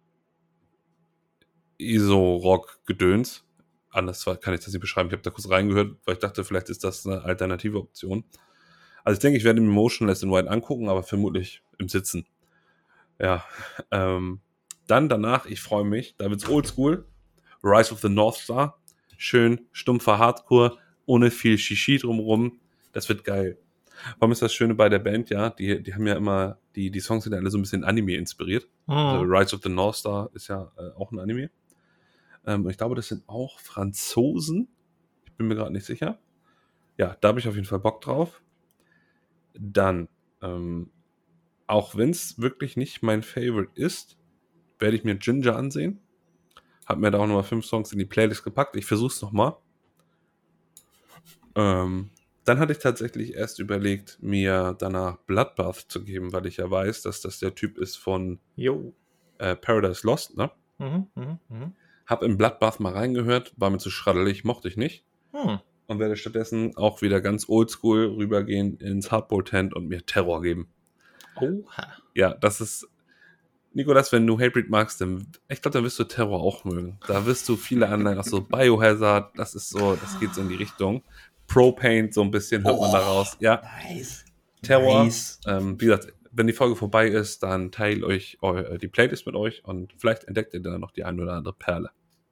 I S O-Rock-Gedöns. Anders kann ich das nicht beschreiben. Ich habe da kurz reingehört, weil ich dachte, vielleicht ist das eine alternative Option. Also ich denke, ich werde mir Motionless in White angucken, aber vermutlich im Sitzen. Ja. Ähm, dann danach, ich freue mich, da wird's oldschool. Rise of the North Star. Schön stumpfer Hardcore, ohne viel Shishi drumrum. Das wird geil. Warum ist das Schöne bei der Band, ja? Die, die haben ja immer, die, die Songs sind ja alle so ein bisschen Anime inspiriert. Mhm. Also Rise of the North Star ist ja äh, auch ein Anime. Ähm, ich glaube, das sind auch Franzosen. Ich bin mir gerade nicht sicher. Ja, da habe ich auf jeden Fall Bock drauf. Dann, ähm, auch wenn es wirklich nicht mein Favorite ist, werde ich mir Ginger ansehen. Hab mir da auch nochmal fünf Songs in die Playlist gepackt. Ich versuch's nochmal. Ähm, dann hatte ich tatsächlich erst überlegt, mir danach Bloodbath zu geben, weil ich ja weiß, dass das der Typ ist von Jo. äh, Paradise Lost, ne? Mhm, mhm, mhm. Hab in Bloodbath mal reingehört, war mir zu schraddelig, mochte ich nicht. Hm. Und werde stattdessen auch wieder ganz oldschool rübergehen ins Hardball Tent und mir Terror geben. Oha. Ja, das ist... Nikolas, wenn du Hatebreed magst, dann, ich glaube, dann wirst du Terror auch mögen. Da wirst du viele Anleihen, auch so Biohazard, das ist so, das geht so in die Richtung. Pro-Paint, so ein bisschen hört man Oh, da raus. Ja, Nice. Terror. Nice. Ähm, wie gesagt, wenn die Folge vorbei ist, dann teile euch eu, die Playlist mit euch und vielleicht entdeckt ihr dann noch die eine oder andere Perle.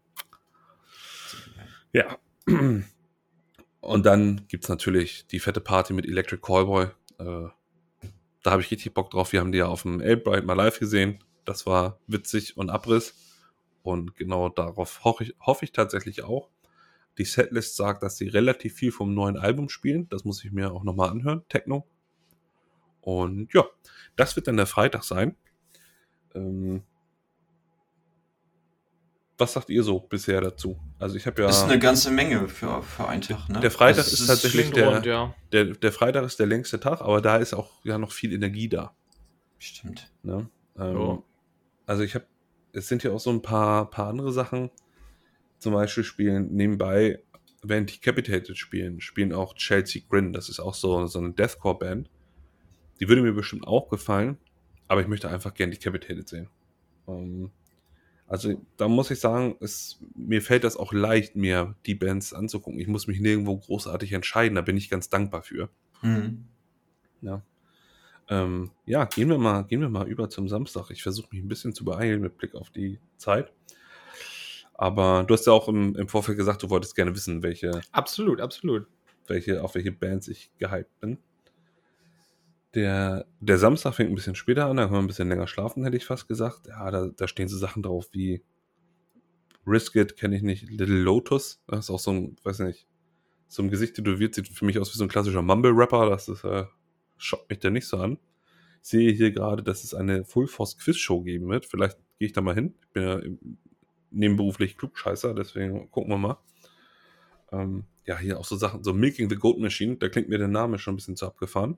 Ja. Und dann gibt es natürlich die fette Party mit Electric Callboy. Äh, da habe ich richtig Bock drauf. Wir haben die ja auf dem Elbride mal live gesehen. Das war witzig und Abriss. Und genau darauf hoffe ich, hoffe ich tatsächlich auch. Die Setlist sagt, dass sie relativ viel vom neuen Album spielen. Das muss ich mir auch nochmal anhören. Techno. Und ja, das wird dann der Freitag sein. Ähm, was sagt ihr so bisher dazu? Also ich habe ja... Ist eine ganze Menge für, für einen Tag, ne? Der Freitag Also es ist tatsächlich klingt der, rund, ja. der, der Freitag ist der längste Tag, aber da ist auch ja noch viel Energie da. Stimmt. Ne? Ähm, Ja. Also ich habe, es sind ja auch so ein paar, paar andere Sachen. Zum Beispiel spielen nebenbei, während Decapitated spielen, spielen auch Chelsea Grin. Das ist auch so, so eine Deathcore-Band. Die würde mir bestimmt auch gefallen, aber ich möchte einfach gerne Decapitated sehen. Ähm, also da muss ich sagen, es, mir fällt das auch leicht, mir die Bands anzugucken. Ich muss mich nirgendwo großartig entscheiden, da bin ich ganz dankbar für. Mhm. Ja. Ähm, ja, gehen wir mal, gehen wir mal über zum Samstag. Ich versuche mich ein bisschen zu beeilen mit Blick auf die Zeit. Aber du hast ja auch im, im Vorfeld gesagt, du wolltest gerne wissen, welche, Absolut, absolut. welche, auf welche Bands ich gehypt bin. Der, der Samstag fängt ein bisschen später an, da können wir ein bisschen länger schlafen, hätte ich fast gesagt. Ja, da, da stehen so Sachen drauf wie Risk It, kenne ich nicht, Little Lotus. Das ist auch so ein, weiß nicht, so ein Gesicht tätowiert, sieht für mich aus wie so ein klassischer Mumble-Rapper. Das ist, äh, schaut mich da nicht so an. Ich sehe hier gerade, dass es eine Full Force Quiz-Show geben wird. Vielleicht gehe ich da mal hin. Ich bin ja nebenberuflich Klugscheißer, deswegen gucken wir mal. Ähm, ja, hier auch so Sachen, so Milking the Goat Machine, da klingt mir der Name schon ein bisschen zu abgefahren.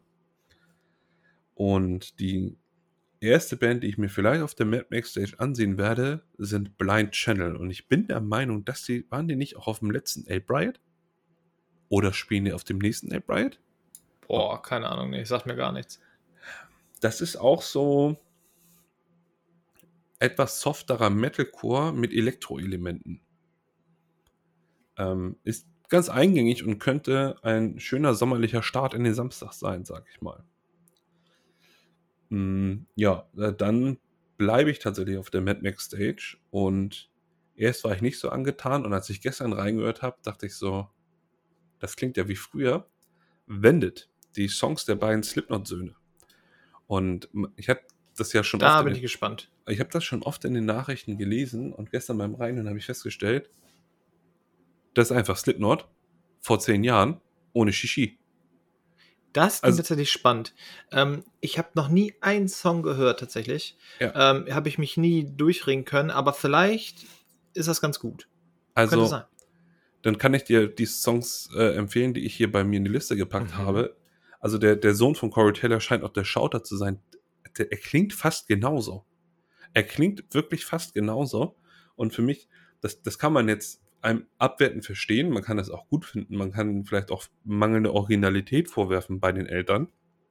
Und die erste Band, die ich mir vielleicht auf der Mad Max Stage ansehen werde, sind Blind Channel. Und ich bin der Meinung, dass die, waren die nicht auch auf dem letzten Ape-Riot? Oder spielen die auf dem nächsten Ape-Riot? Boah, keine Ahnung, nee, sagt mir gar nichts. Das ist auch so etwas softerer Metalcore mit Elektroelementen. Ähm, ist ganz eingängig und könnte ein schöner sommerlicher Start in den Samstag sein, sag ich mal. Mm, ja, äh, dann bleibe ich tatsächlich auf der Mad Max Stage und erst war ich nicht so angetan und als ich gestern reingehört habe, dachte ich so, das klingt ja wie früher. Wendet, die Songs der beiden Slipknot-Söhne. Und ich hatte das ja schon Da oft bin in ich den, gespannt. ich habe das schon oft in den Nachrichten gelesen und gestern beim Reinhören habe ich festgestellt, das ist einfach Slipknot vor zehn Jahren ohne Shishi. Das klingt Also, tatsächlich spannend. Ähm, ich habe noch nie einen Song gehört, tatsächlich. ja, Ähm, habe ich mich nie durchringen können, aber vielleicht ist das ganz gut. Könnte also, sein. dann kann ich dir die Songs äh, empfehlen, die ich hier bei mir in die Liste gepackt Mhm. habe. Also der, der Sohn von Corey Taylor scheint auch der Shouter zu sein. Der, er klingt fast genauso. Er klingt wirklich fast genauso. Und für mich, das, das kann man jetzt einem abwertend verstehen. Man kann das auch gut finden. Man kann vielleicht auch mangelnde Originalität vorwerfen bei den Eltern.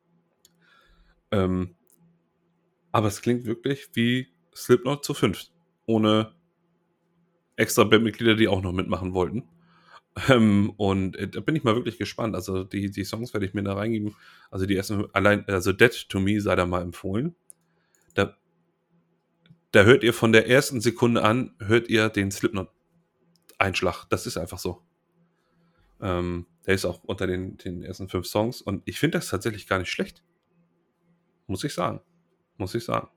Ähm, aber es klingt wirklich wie Slipknot zu fünft. Ohne extra Bandmitglieder, die auch noch mitmachen wollten. Ähm, und äh, da bin ich mal wirklich gespannt. Also die, die Songs werde ich mir da reingeben. Also die ersten, allein, also Dead to Me sei da mal empfohlen. Da, da hört ihr von der ersten Sekunde an, hört ihr den Slipknot-Einschlag. Das ist einfach so. Ähm, der ist auch unter den, den ersten fünf Songs. Und ich finde das tatsächlich gar nicht schlecht. Muss ich sagen. Muss ich sagen.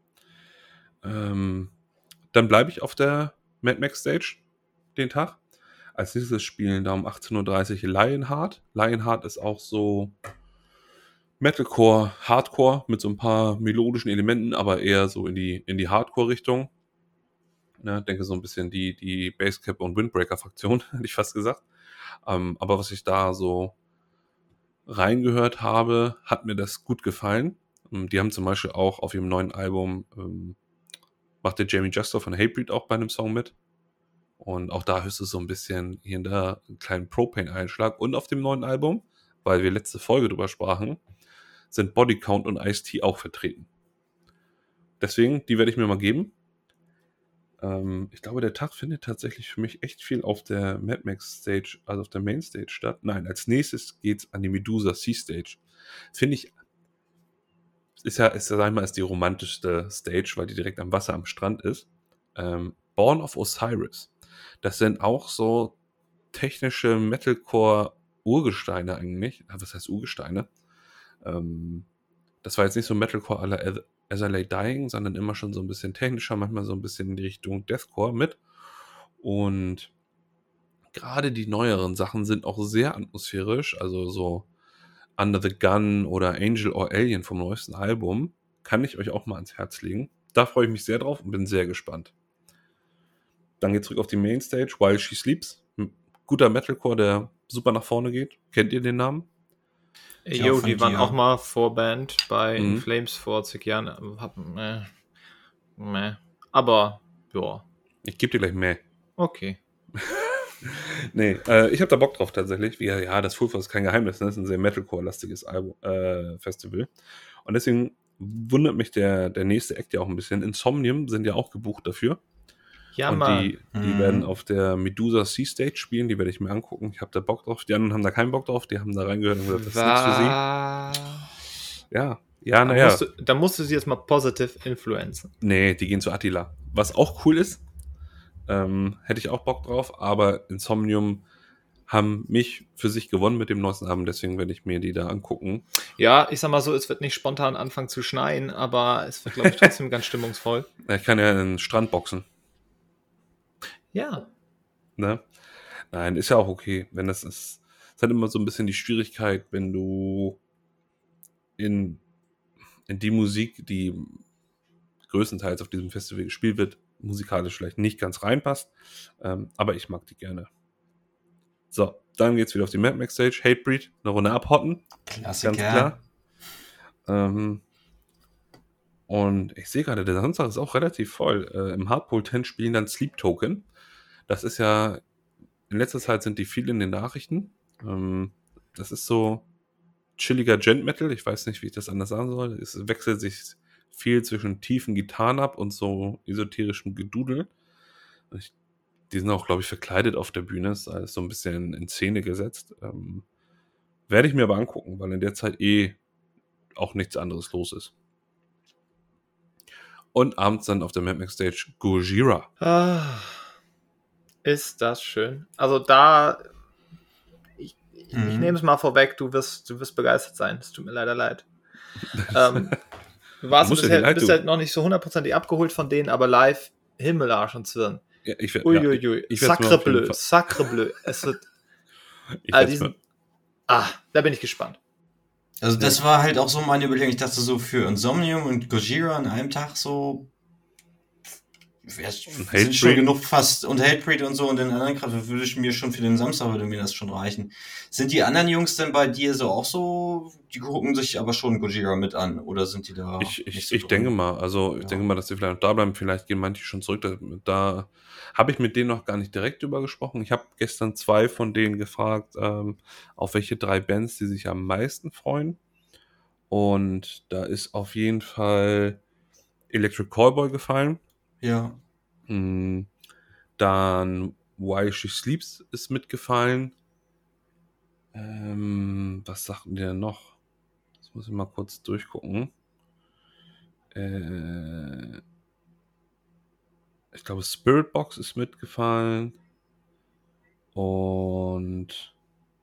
Ähm, dann bleibe ich auf der Mad Max Stage den Tag. Als nächstes spielen da um achtzehn Uhr dreißig Lionheart. Lionheart ist auch so Metalcore, Hardcore mit so ein paar melodischen Elementen, aber eher so in die, in die Hardcore-Richtung. Ne, denke so ein bisschen die, die Basecap und Windbreaker-Fraktion, hätte ich fast gesagt. Ähm, aber was ich da so reingehört habe, hat mir das gut gefallen. Ähm, die haben zum Beispiel auch auf ihrem neuen Album, ähm, macht der Jamie Juster von Hatebreed auch bei einem Song mit. Und auch da hörst du so ein bisschen hier und da einen kleinen Propane-Einschlag. Und auf dem neuen Album, weil wir letzte Folge drüber sprachen, sind Bodycount und Ice-T auch vertreten. Deswegen, die werde ich mir mal geben. Ähm, ich glaube, der Tag findet tatsächlich für mich echt viel auf der Mad Max Stage, also auf der Main Stage statt. Nein, als nächstes geht's an die Medusa Sea Stage. Finde ich, ist ja, ist ja, sag ich mal, ist die romantischste Stage, weil die direkt am Wasser am Strand ist. Ähm, Born of Osiris. Das sind auch so technische Metalcore-Urgesteine eigentlich. Was heißt Urgesteine? Ähm, das war jetzt nicht so Metalcore à la As I Lay Dying, sondern immer schon so ein bisschen technischer, manchmal so ein bisschen in die Richtung Deathcore mit. Und gerade die neueren Sachen sind auch sehr atmosphärisch, also so Under the Gun oder Angel or Alien vom neuesten Album, kann ich euch auch mal ans Herz legen. Da freue ich mich sehr drauf und bin sehr gespannt. Dann geht's zurück auf die Mainstage, While She Sleeps. Ein guter Metalcore, der super nach vorne geht. Kennt ihr den Namen? Ja, Jo, von die waren dir. auch mal Vorband bei In Mhm. Flames vor zig Jahren. Hab, meh, meh. Aber, ja, Ich gebe dir gleich mehr. okay. Nee, äh, ich habe da Bock drauf tatsächlich. Wie, ja, das Full Force ist kein Geheimnis, ne? Das ist ein sehr Metalcore-lastiges Album, äh, Festival. Und deswegen wundert mich der, der nächste Act ja auch ein bisschen. Insomnium sind ja auch gebucht dafür. Ja, und Mann. die, die Mhm. werden auf der Medusa Sea Stage spielen, die werde ich mir angucken. Ich habe da Bock drauf. Die anderen haben da keinen Bock drauf, die haben da reingehört und gesagt, das ist nichts für sie. Was? Ja, ja, Da naja. musst, du, da musst du sie jetzt mal positive influenzen. Nee, die gehen zu Attila. Was auch cool ist, ähm, hätte ich auch Bock drauf, aber Insomnium haben mich für sich gewonnen mit dem neuesten Album, deswegen werde ich mir die da angucken. Ja, ich sag mal so, es wird nicht spontan anfangen zu schneien, aber es wird, glaube ich, trotzdem ganz stimmungsvoll. Ich kann ja in den Strand boxen. Ja. Ne? Nein, ist ja auch okay, wenn das ist. Es hat immer so ein bisschen die Schwierigkeit, wenn du in, in die Musik, die größtenteils auf diesem Festival gespielt wird, musikalisch vielleicht nicht ganz reinpasst. Ähm, aber ich mag die gerne. So, dann geht's wieder auf die Mad Max Stage. Hatebreed, eine Runde abhotten. Klassiker. Ganz klar. Ähm, und ich sehe gerade, der Samstag ist auch relativ voll. Äh, Im Hardpole zehn spielen dann Sleep Token. Das ist ja, in letzter Zeit sind die viel in den Nachrichten. Ähm, das ist so chilliger Gent Metal. Ich weiß nicht, wie ich das anders sagen soll. Es wechselt sich viel zwischen tiefen Gitarren ab und so esoterischem Gedudel. Ich, die sind auch, glaube ich, verkleidet auf der Bühne. Ist alles so ein bisschen in Szene gesetzt. Ähm, werde ich mir aber angucken, weil in der Zeit eh auch nichts anderes los ist. Und abends dann auf der Mad Max Stage Gojira. Ah, ist das schön. Also da, ich, ich, Mhm. ich nehme es mal vorweg, du wirst, du wirst begeistert sein. Es tut mir leider leid. ähm, Du warst Muss ja bisher, die Light bist do. halt noch nicht so hundertprozentig abgeholt von denen, aber live Himmel, Arsch und Zwirn. Ja, ich werd, Uiuiui, ja, ich, ich werd's mir sacre auf jeden bleu, Fall- sacre bleu. Es wird, ich ah, werd's diesen, mir, ah, da bin ich gespannt. Also das war halt auch so meine Überlegung. Ich dachte so für Insomnium und Gojira an einem Tag so wär's, sind Hatebreed. schon genug fast und Hatebreed und so und den anderen Kraft würde ich mir schon für den Samstag würde mir das schon reichen. Sind die anderen Jungs denn bei dir so auch so, die gucken sich aber schon Gojira mit an oder sind die da ich, nicht ich, so ich drin? denke mal, also ich Ja. denke mal, dass die vielleicht noch da bleiben, vielleicht gehen manche schon zurück. Da, da habe ich mit denen noch gar nicht direkt drüber gesprochen. Ich habe gestern zwei von denen gefragt, ähm, auf welche drei Bands die sich am meisten freuen. Und da ist auf jeden Fall Electric Callboy gefallen. Ja. Mm, Dann While She Sleeps ist mitgefallen. Ähm, was sagten die denn noch? Das muss ich mal kurz durchgucken. Äh, ich glaube, Spirit Box ist mitgefallen. Und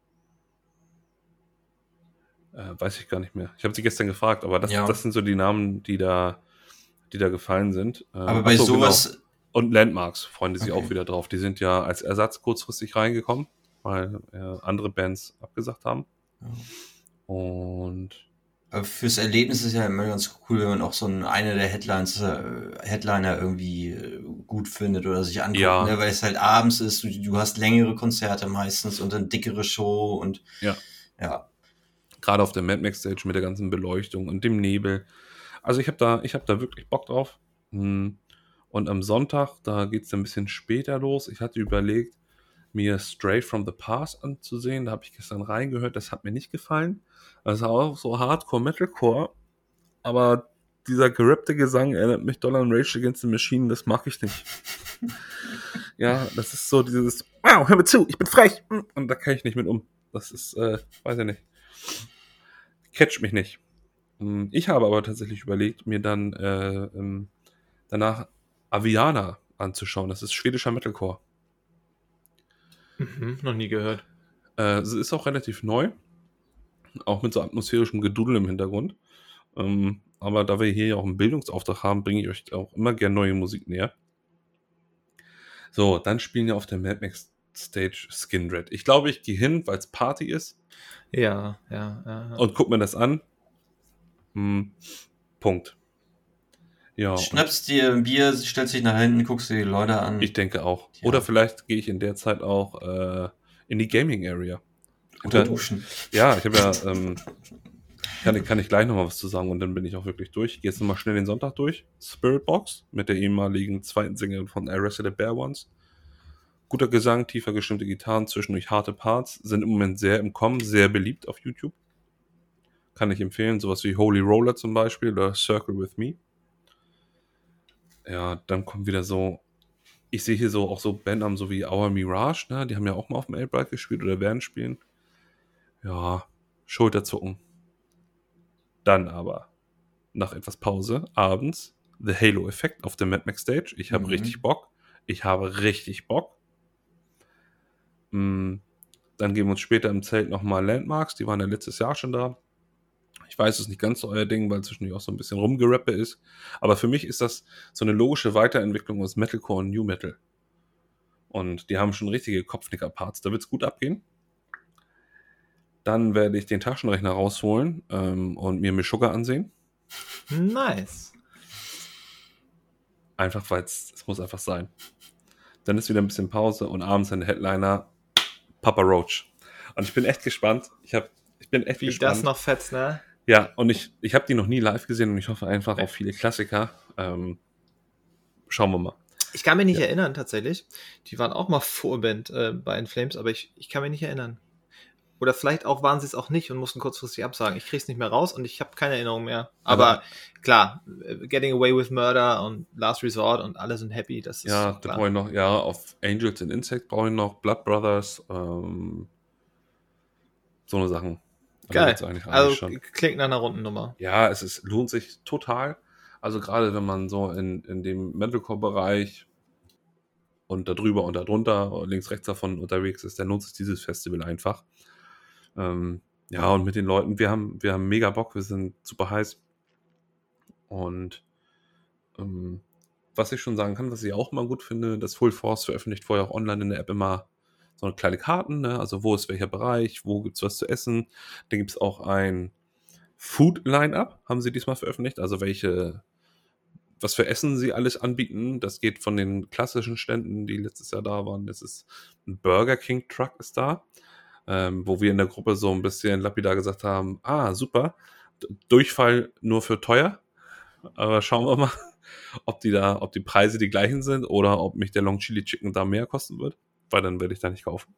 äh, weiß ich gar nicht mehr. Ich habe sie gestern gefragt, aber das, Ja. das sind so die Namen, die da, die da gefallen sind. Äh, Aber bei ach so, sowas, genau. Und Landmarks freuen die sich Okay. auch wieder drauf. Die sind ja als Ersatz kurzfristig reingekommen, weil äh, andere Bands abgesagt haben. Ja. Und Aber fürs Erlebnis ist ja immer ganz cool, wenn man auch so einen, eine der Headlines, äh, Headliner irgendwie äh, gut findet oder sich anguckt, Ja. ne? Weil es halt abends ist, du, du hast längere Konzerte meistens und eine dickere Show und ja, ja. gerade auf der Mad Max Stage mit der ganzen Beleuchtung und dem Nebel. Also ich habe da, ich habe da wirklich Bock drauf. Hm. Und am Sonntag, da geht es ein bisschen später los. Ich hatte überlegt, mir Straight from the Past anzusehen. Da habe ich gestern reingehört. Das hat mir nicht gefallen. Das ist auch so Hardcore Metalcore. Aber dieser gerappte Gesang erinnert mich doll an Rage Against the Machine. Das mag ich nicht. Ja, das ist so dieses, wow, hör mir zu, ich bin frech. Und da kann ich nicht mit um. Das ist, äh, weiß ich nicht. Catcht mich nicht. Ich habe aber tatsächlich überlegt, mir dann äh, ähm, danach Aviana anzuschauen. Das ist schwedischer Metalcore. Mhm, noch nie gehört. Äh, es ist auch relativ neu. Auch mit so atmosphärischem Gedudel im Hintergrund. Ähm, aber da wir hier ja auch einen Bildungsauftrag haben, bringe ich euch auch immer gerne neue Musik näher. So, dann spielen ja auf der Mad Max Stage Skindred. Ich glaube, ich gehe hin, weil es Party ist. Ja, ja, ja. Und guck mir das an. Hm, Punkt. Ja, und Schnappst dir ein Bier, stellst dich nach hinten, guckst dir die Leute an. ich denke auch. Ja. Oder vielleicht gehe ich in der Zeit auch äh, in die Gaming Area. Oder Ja. duschen. Ja, ich habe ja, ähm, kann, ich- kann ich gleich nochmal was zu sagen und dann bin ich auch wirklich durch. Ich gehe jetzt nochmal schnell den Sonntag durch. Spirit Box mit der ehemaligen zweiten Sängerin von Arrested Bear Ones. Guter Gesang, tiefer gestimmte Gitarren, zwischendurch harte Parts, sind im Moment sehr im Kommen, sehr beliebt auf YouTube. Kann ich empfehlen, sowas wie Holy Roller zum Beispiel oder Circle With Me. Ja, dann kommt wieder so, ich sehe hier so auch so Bandnamen so wie Our Mirage, ne? Die haben ja auch mal auf dem L-Bright gespielt oder werden spielen. Ja, Schulterzucken. Dann aber, nach etwas Pause, abends, The Halo Effect auf der Mad Max Stage. Ich habe Mhm. richtig Bock. Ich habe richtig Bock. Mm, Dann geben wir uns später im Zelt nochmal Landmarks. Die waren ja letztes Jahr schon da. Ich weiß, es ist nicht ganz so euer Ding, weil es zwischendurch auch so ein bisschen rumgerappe ist. Aber für mich ist das so eine logische Weiterentwicklung aus Metalcore und New Metal. Und die haben schon richtige Kopfnicker-Parts. Da wird es gut abgehen. Dann werde ich den Taschenrechner rausholen ähm, und mir Meshuggah ansehen. Nice. Einfach, weil es es muss einfach sein. Dann ist wieder ein bisschen Pause und abends ein Headliner Papa Roach. Und ich bin echt gespannt. Ich, hab, ich bin echt Wie gespannt. das noch fetzt, ne? Ja, und ich, ich habe die noch nie live gesehen und ich hoffe einfach auf viele Klassiker. Ähm, schauen wir mal. Ich kann mich nicht Ja. erinnern, tatsächlich. Die waren auch mal Vorband äh, bei In Flames, aber ich, ich kann mich nicht erinnern. Oder vielleicht auch waren sie es auch nicht und mussten kurzfristig absagen. Ich krieg's nicht mehr raus und ich habe keine Erinnerung mehr. Aber, Aber- klar, äh, Getting Away with Murder und Last Resort und alle sind happy. Das ist Ja, da klar. brauche ich noch, ja, auf Angels and Insect brauche ich noch, Blood Brothers, ähm, so eine Sachen. Aber Geil. jetzt eigentlich- eigentlich Also schon. klingt nach einer Rundennummer. Ja, es ist, lohnt sich total. Also gerade wenn man so in, in dem Metalcore-Bereich und da drüber und da drunter, links, rechts davon unterwegs ist, dann lohnt sich dieses Festival einfach. Ähm, ja, und mit den Leuten, wir haben, wir haben mega Bock, wir sind super heiß. Und ähm, was ich schon sagen kann, was ich auch immer gut finde, das Full Force veröffentlicht vorher auch online in der App immer so eine kleine Karten, ne? Also wo ist welcher Bereich, wo gibt's was zu essen. Dann gibt's auch ein Food-Line-Up, haben sie diesmal veröffentlicht, also welche, was für Essen sie alles anbieten. Das geht von den klassischen Ständen, die letztes Jahr da waren. Das ist ein Burger King Truck ist da, ähm, wo wir in der Gruppe so ein bisschen lapidar gesagt haben, ah, super, D- Durchfall nur für teuer, aber schauen wir mal, ob die da, ob die Preise die gleichen sind oder ob mich der Long Chili Chicken da mehr kosten wird, weil dann werde ich da nicht kaufen.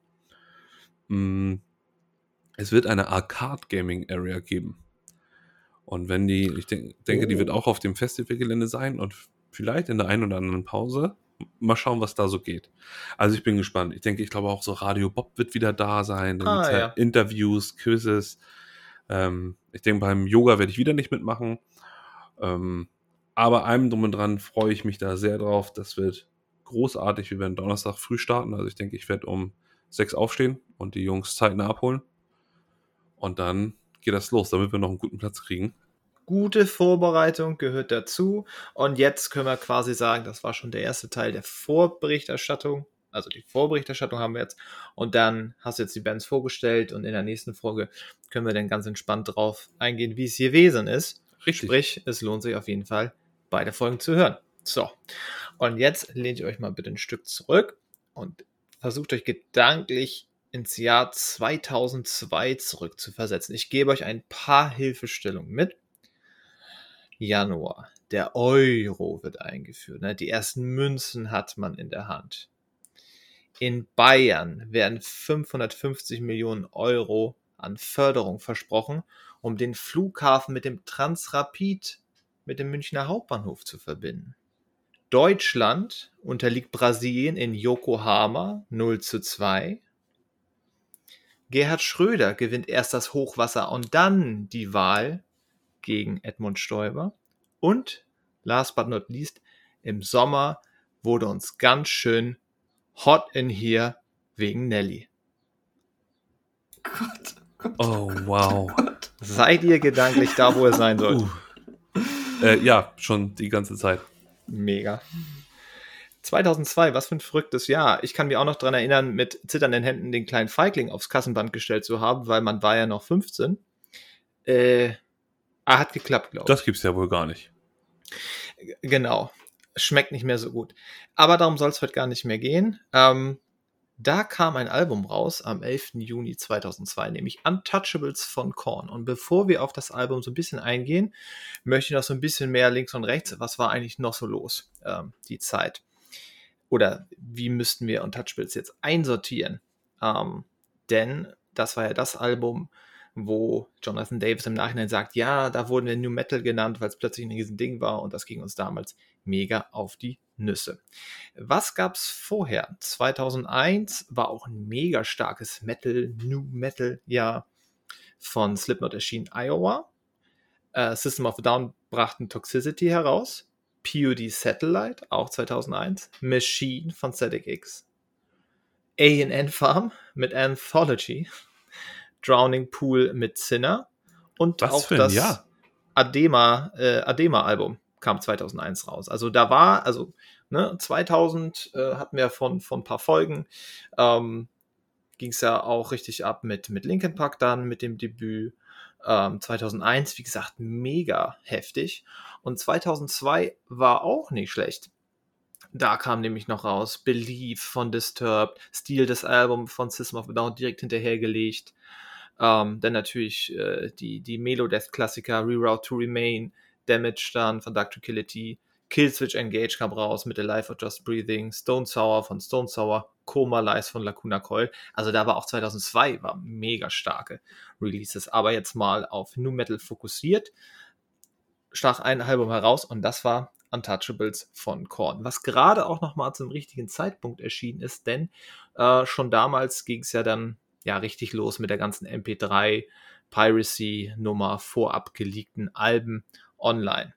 Mm, Es wird eine Arcade Gaming Area geben. Und wenn die, ich denk, denke, die wird Oh. auch auf dem Festivalgelände sein und vielleicht in der einen oder anderen Pause. Mal schauen, was da so geht. Also ich bin gespannt. Ich denke, ich glaube auch so Radio Bob wird wieder da sein. Dann Ah, gibt's halt ja. Interviews, Quizzes. Ähm, ich denke, beim Yoga werde ich wieder nicht mitmachen. Ähm, aber allem drum und dran freue ich mich da sehr drauf. Das wird großartig. Wir werden Donnerstag früh starten. Also ich denke, ich werde um sechs aufstehen und die Jungs zeitnah abholen. Und dann geht das los, damit wir noch einen guten Platz kriegen. Gute Vorbereitung gehört dazu. Und jetzt können wir quasi sagen, das war schon der erste Teil der Vorberichterstattung. Also die Vorberichterstattung haben wir jetzt. Und dann hast du jetzt die Bands vorgestellt. Und in der nächsten Folge können wir dann ganz entspannt drauf eingehen, wie es gewesen ist. Richtig. Sprich, es lohnt sich auf jeden Fall, beide Folgen zu hören. So, und jetzt lehnt ihr euch mal bitte ein Stück zurück und versucht euch gedanklich ins Jahr zweitausendzwei zurückzuversetzen. Ich gebe euch ein paar Hilfestellungen mit. Januar. Der Euro wird eingeführt. Ne? Die ersten Münzen hat man in der Hand. In Bayern werden fünfhundertfünfzig Millionen Euro an Förderung versprochen, um den Flughafen mit dem Transrapid mit dem Münchner Hauptbahnhof zu verbinden. Deutschland unterliegt Brasilien in Yokohama null zu zwei. Gerhard Schröder gewinnt erst das Hochwasser und dann die Wahl gegen Edmund Stoiber. Und, last but not least, im Sommer wurde uns ganz schön hot in here wegen Nelly. Gott, Gott, Oh, wow. Gott. Seid ihr gedanklich da, wo ihr sein sollt? Uh. Äh, ja, schon die ganze Zeit. Mega. zweitausendzwei, was für ein verrücktes Jahr. Ich kann mich auch noch daran erinnern, mit zitternden Händen den kleinen Feigling aufs Kassenband gestellt zu haben, weil man war ja noch fünfzehn. Äh, ah, hat geklappt, glaube ich. Das gibt's ja wohl gar nicht. Genau. Schmeckt nicht mehr so gut. Aber darum soll es heute gar nicht mehr gehen. Ähm, da kam ein Album raus am elften Juni zweitausendzwei, nämlich Untouchables von Korn. Und bevor wir auf das Album so ein bisschen eingehen, möchte ich noch so ein bisschen mehr links und rechts. Was war eigentlich noch so los, ähm, die Zeit? Oder wie müssten wir Untouchables jetzt einsortieren? Ähm, denn das war ja das Album, wo Jonathan Davis im Nachhinein sagt, ja, da wurden wir New Metal genannt, weil es plötzlich ein Riesending war und das ging uns damals mega auf die Nüsse. Was gab's vorher? zweitausendeins war auch ein mega starkes Metal, New Metal Jahr. Von Slipknot erschien Iowa. Äh, System of a Down brachten Toxicity heraus. P O D Satellite, auch zweitausendeins. Machine von Static X. A and N Farm mit Anthology. Drowning Pool mit Sinner und Was auch für ein das Jahr? Adema, äh, Adema-Album kam zweitausendeins raus. Also da war, also ne, zweitausend äh, hatten wir von, von ein paar Folgen, ähm, ging es ja auch richtig ab mit, mit Linkin Park dann, mit dem Debüt. Ähm, zweitausendeins, wie gesagt, mega heftig. Und zweitausendzwei war auch nicht schlecht. Da kam nämlich noch raus Believe von Disturbed, Steal das Album von System of a Down direkt hinterhergelegt. Ähm, dann natürlich äh, die, die Melodeath-Klassiker Reroute to Remain, Damage dann von Dark Tranquillity, Killswitch Engage kam raus mit The Life of Just Breathing, Stone Sour von Stone Sour, Coma Lies von Lacuna Coil. Also da war auch zweitausendzwei war mega starke Releases. Aber jetzt mal auf New Metal fokussiert, stach ein Album heraus und das war Untouchables von Korn, was gerade auch nochmal zum richtigen Zeitpunkt erschienen ist, denn äh, schon damals ging es ja dann ja richtig los mit der ganzen M P drei Piracy Nummer, vorab geleakten Alben online.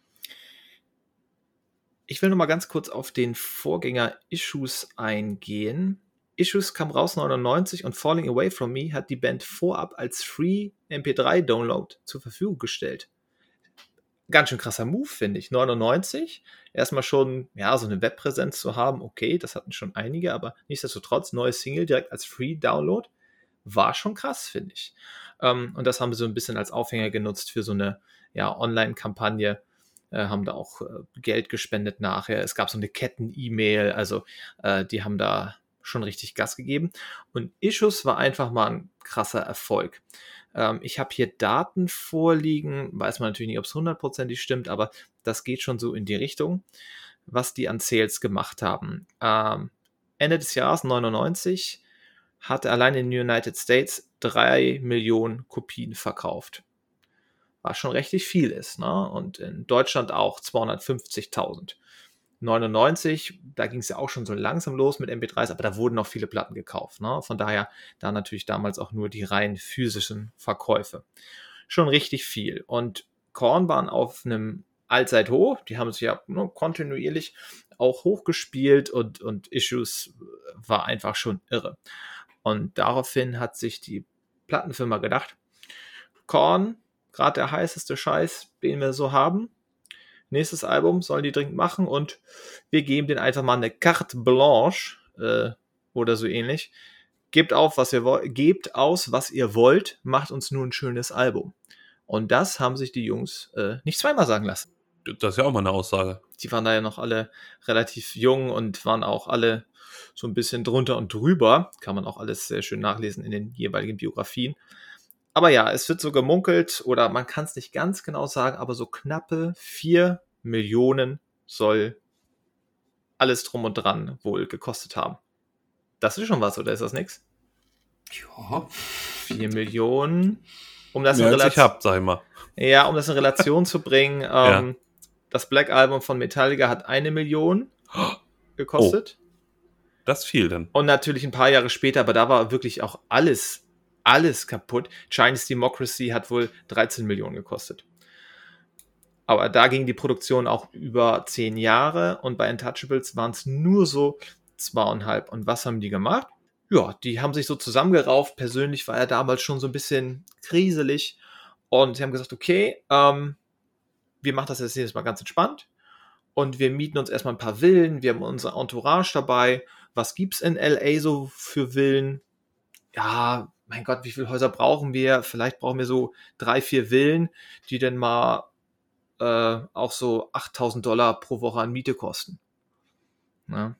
Ich will nochmal ganz kurz auf den Vorgänger Issues eingehen. Issues kam raus neunundneunzig und Falling Away From Me hat die Band vorab als Free M P drei Download zur Verfügung gestellt. ganz schön krasser Move, finde ich. neunundneunzig, erstmal schon, ja, so eine Webpräsenz zu haben, okay, das hatten schon einige, aber nichtsdestotrotz, neues Single direkt als Free-Download, war schon krass, finde ich. Ähm, und das haben sie so ein bisschen als Aufhänger genutzt für so eine, ja, Online-Kampagne, äh, haben da auch äh, Geld gespendet nachher. Es gab so eine Ketten-E-Mail, also äh, die haben da schon richtig Gas gegeben. Und Issues war einfach mal ein krasser Erfolg. Ähm, ich habe hier Daten vorliegen, weiß man natürlich nicht, ob es hundertprozentig stimmt, aber das geht schon so in die Richtung, was die an Sales gemacht haben. Ähm, Ende des Jahres neunundneunzig hatte allein in den United States drei Millionen Kopien verkauft. Was schon richtig viel ist, ne? Und in Deutschland auch zweihundertfünfzigtausend. neunundneunzig, da ging es ja auch schon so langsam los mit M P drei s, aber da wurden noch viele Platten gekauft, ne? Von daher da natürlich damals auch nur die rein physischen Verkäufe. Schon richtig viel. Und Korn waren auf einem Allzeithoch, die haben sich ja ne, kontinuierlich auch hochgespielt und, und Issues war einfach schon irre. Und daraufhin hat sich die Plattenfirma gedacht, Korn, gerade der heißeste Scheiß, den wir so haben. Nächstes Album sollen die dringend machen und wir geben denen einfach mal eine Carte Blanche äh, oder so ähnlich. Gebt auf, was ihr wollt, gebt aus, was ihr wollt, macht uns nur ein schönes Album. Und das haben sich die Jungs äh, nicht zweimal sagen lassen. Das ist ja auch mal eine Aussage. Die waren da ja noch alle relativ jung und waren auch alle so ein bisschen drunter und drüber. Kann man auch alles sehr schön nachlesen in den jeweiligen Biografien. Aber ja, es wird so gemunkelt, oder man kann es nicht ganz genau sagen, aber so knappe vier Millionen soll alles drum und dran wohl gekostet haben. Das ist schon was, oder ist das nix? Ja. vier Millionen. Um das, in Mehr als ich Relation, hab, sag ich mal. ja, um das in Relation zu bringen, ähm, Ja. das Black Album von Metallica hat eine Million gekostet. Das ist viel dann. Und natürlich ein paar Jahre später, aber da war wirklich auch alles, alles kaputt. Chinese Democracy hat wohl dreizehn Millionen gekostet. Aber da ging die Produktion auch über zehn Jahre und bei Untouchables waren es nur so zweieinhalb. Und was haben die gemacht? Ja, die haben sich so zusammengerauft. Persönlich war er damals schon so ein bisschen kriselig. Und sie haben gesagt, okay, ähm, wir machen das jetzt jedes Mal ganz entspannt. Und wir mieten uns erstmal ein paar Villen. Wir haben unsere Entourage dabei. Was gibt's in L A so für Villen? Ja, mein Gott, wie viele Häuser brauchen wir? Vielleicht brauchen wir so drei, vier Villen, die dann mal äh, auch so achttausend Dollar pro Woche an Miete kosten. Na?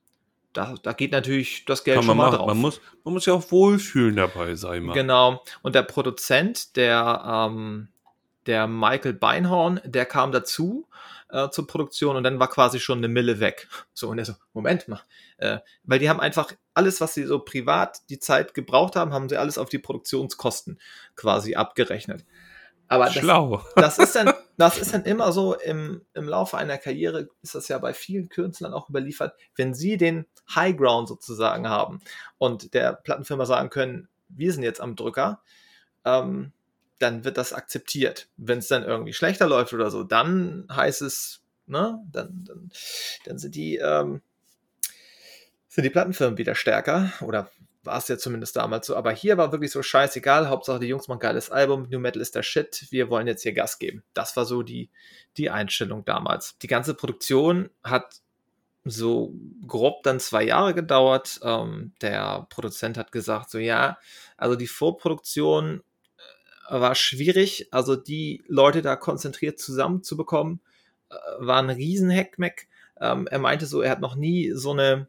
Da, da geht natürlich das Geld Kann schon man mal machen. drauf. Man muss, man muss ja auch wohlfühlen dabei, sag ich mal. Genau. Und der Produzent, der, ähm, der Michael Beinhorn, der kam dazu äh, zur Produktion und dann war quasi schon eine Mille weg. So, und er so, Moment mal. Äh, weil die haben einfach alles, was sie so privat die Zeit gebraucht haben, haben sie alles auf die Produktionskosten quasi abgerechnet. Aber das, Schlau. das ist dann, das ist dann immer so im, im Laufe einer Karriere, ist das ja bei vielen Künstlern auch überliefert, wenn sie den High Ground sozusagen haben und der Plattenfirma sagen können, wir sind jetzt am Drücker, ähm, dann wird das akzeptiert. Wenn es dann irgendwie schlechter läuft oder so, dann heißt es, ne, dann, dann, dann sind die, ähm, sind die Plattenfirmen wieder stärker oder war es ja zumindest damals so, aber hier war wirklich so scheißegal, Hauptsache die Jungs machen ein geiles Album, New Metal ist der Shit, wir wollen jetzt hier Gas geben. Das war so die, die Einstellung damals. Die ganze Produktion hat so grob dann zwei Jahre gedauert. Ähm, der Produzent hat gesagt, so ja, also die Vorproduktion war schwierig, also die Leute da konzentriert zusammenzubekommen, äh, war ein Riesen-Heckmeck. Ähm, er meinte so, er hat noch nie so eine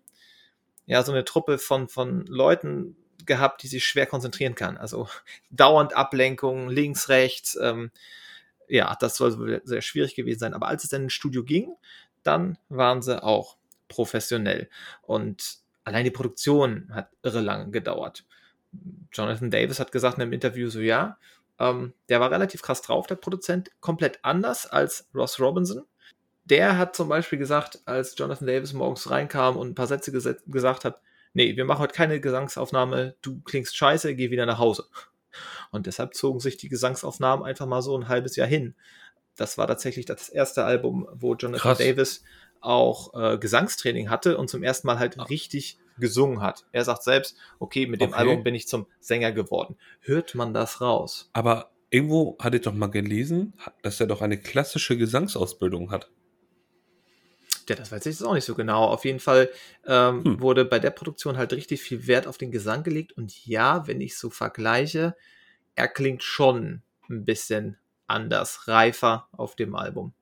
ja, so eine Truppe von, von Leuten gehabt, die sich schwer konzentrieren kann. Also dauernd Ablenkung, links, rechts. Ähm, ja, das soll sehr schwierig gewesen sein. Aber als es dann ins Studio ging, dann waren sie auch professionell. Und allein die Produktion hat irre lang gedauert. Jonathan Davis hat gesagt in einem Interview so, ja, ähm, der war relativ krass drauf, der Produzent. Komplett anders als Ross Robinson. Der hat zum Beispiel gesagt, als Jonathan Davis morgens reinkam und ein paar Sätze ges- gesagt hat, nee, wir machen heute keine Gesangsaufnahme, du klingst scheiße, geh wieder nach Hause. Und deshalb zogen sich die Gesangsaufnahmen einfach mal so ein halbes Jahr hin. Das war tatsächlich das erste Album, wo Jonathan Krass. Davis auch äh, Gesangstraining hatte und zum ersten Mal halt richtig gesungen hat. Er sagt selbst, okay, mit dem Okay. Album bin ich zum Sänger geworden. Hört man das raus? Aber irgendwo hatte ich doch mal gelesen, dass er doch eine klassische Gesangsausbildung hat. Ja, das weiß ich jetzt auch nicht so genau. Auf jeden Fall ähm, Hm. wurde bei der Produktion halt richtig viel Wert auf den Gesang gelegt. Und ja, wenn ich so vergleiche, er klingt schon ein bisschen anders, reifer auf dem Album.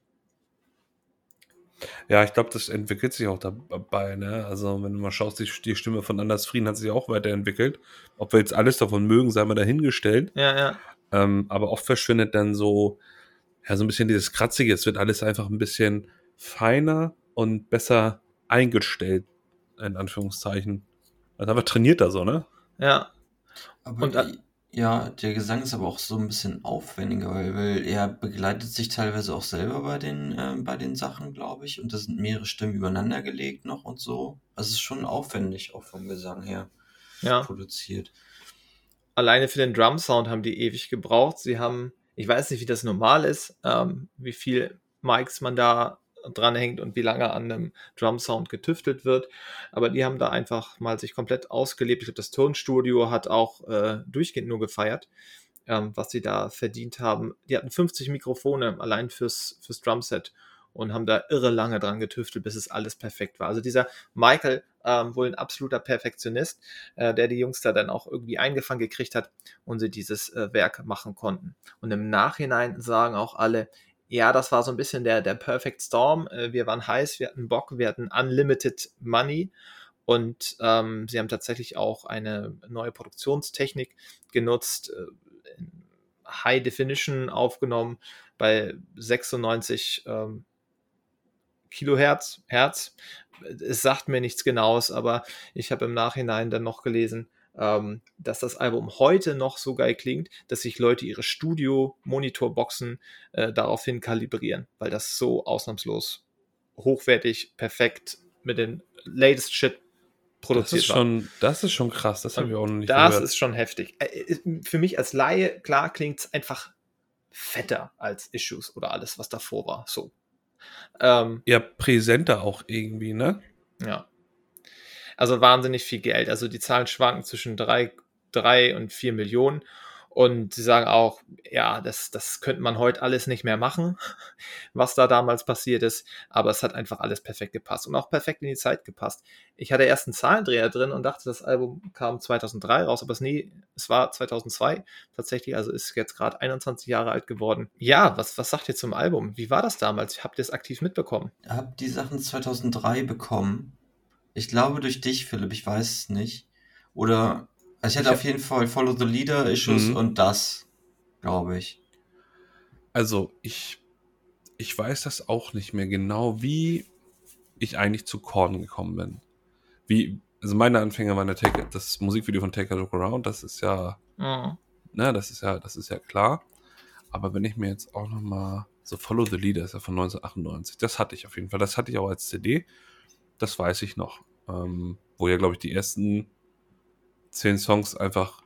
Ja, ich glaube, das entwickelt sich auch dabei, ne? Also, wenn du mal schaust, die, die Stimme von Anders Frieden hat sich auch weiterentwickelt. Ob wir jetzt alles davon mögen, sei mal dahingestellt. Ja, ja. Ähm, aber oft verschwindet dann so, ja, so ein bisschen dieses Kratzige. Es wird alles einfach ein bisschen feiner und besser eingestellt, in Anführungszeichen. Also einfach trainiert da so, ne? Ja. Aber Und, äh, ja, der Gesang ist aber auch so ein bisschen aufwendiger, weil, weil er begleitet sich teilweise auch selber bei den, äh, bei den Sachen, glaube ich. Und da sind mehrere Stimmen übereinander gelegt noch und so. Also es ist schon aufwendig, auch vom Gesang her ja. produziert. Alleine für den Drum-Sound haben die ewig gebraucht. Sie haben, ich weiß nicht, wie das normal ist, ähm, wie viel Mics man da dranhängt und wie lange an einem Drum-Sound getüftelt wird. Aber die haben da einfach mal sich komplett ausgelebt. Ich glaube, das Tonstudio hat auch äh, durchgehend nur gefeiert, ähm, was sie da verdient haben. Die hatten fünfzig Mikrofone allein fürs, fürs Drumset und haben da irre lange dran getüftelt, bis es alles perfekt war. Also dieser Michael, ähm, wohl ein absoluter Perfektionist, äh, der die Jungs da dann auch irgendwie eingefangen gekriegt hat und sie dieses äh, Werk machen konnten. Und im Nachhinein sagen auch alle, ja, das war so ein bisschen der, der Perfect Storm. Äh, wir waren heiß, wir hatten Bock, wir hatten Unlimited Money. Und ähm, sie haben tatsächlich auch eine neue Produktionstechnik genutzt, äh, in High Definition aufgenommen bei sechsundneunzig ähm, Kilohertz, Hertz. Es sagt mir nichts Genaues, aber ich habe im Nachhinein dann noch gelesen, ähm, dass das Album heute noch so geil klingt, dass sich Leute ihre Studio-Monitorboxen äh, daraufhin kalibrieren, weil das so ausnahmslos hochwertig, perfekt mit den latest Shit produziert das ist war. schon, das ist schon krass, das habe ich auch noch nicht Das gehört. ist schon heftig. Äh, Für mich als Laie, klar, klingt es einfach fetter als Issues oder alles, was davor war. So. Ähm, Ja, präsenter auch irgendwie, ne? ja. Also wahnsinnig viel Geld. Also die Zahlen schwanken zwischen drei, drei und vier Millionen. Und sie sagen auch, ja, das, das könnte man heute alles nicht mehr machen, was da damals passiert ist. Aber es hat einfach alles perfekt gepasst und auch perfekt in die Zeit gepasst. Ich hatte erst einen Zahlendreher drin und dachte, das Album kam zweitausenddrei raus, aber es, nie, es war zweitausendzwei tatsächlich, also ist jetzt gerade einundzwanzig Jahre alt geworden. Ja, was, was sagt ihr zum Album? Wie war das damals? Habt ihr es aktiv mitbekommen? Ich habe die Sachen zweitausenddrei bekommen. Ich glaube durch dich, Philipp, ich weiß es nicht. Oder, also ich hatte Ich auf jeden Fall Follow the Leader, Issues Mhm. und das, glaube ich. Also, ich, ich weiß das auch nicht mehr genau, wie ich eigentlich zu Korn gekommen bin. Wie, also meine Anfänge waren der Take, das Musikvideo von Take a Look Around, das ist ja, Mhm. ne, das ist ja, das ist ja klar. Aber wenn ich mir jetzt auch noch mal so Follow the Leader ist ja von neunzehnhundertachtundneunzig, das hatte ich auf jeden Fall, das hatte ich auch als C D, das weiß ich noch, ähm, wo ja, glaube ich, die ersten zehn Songs einfach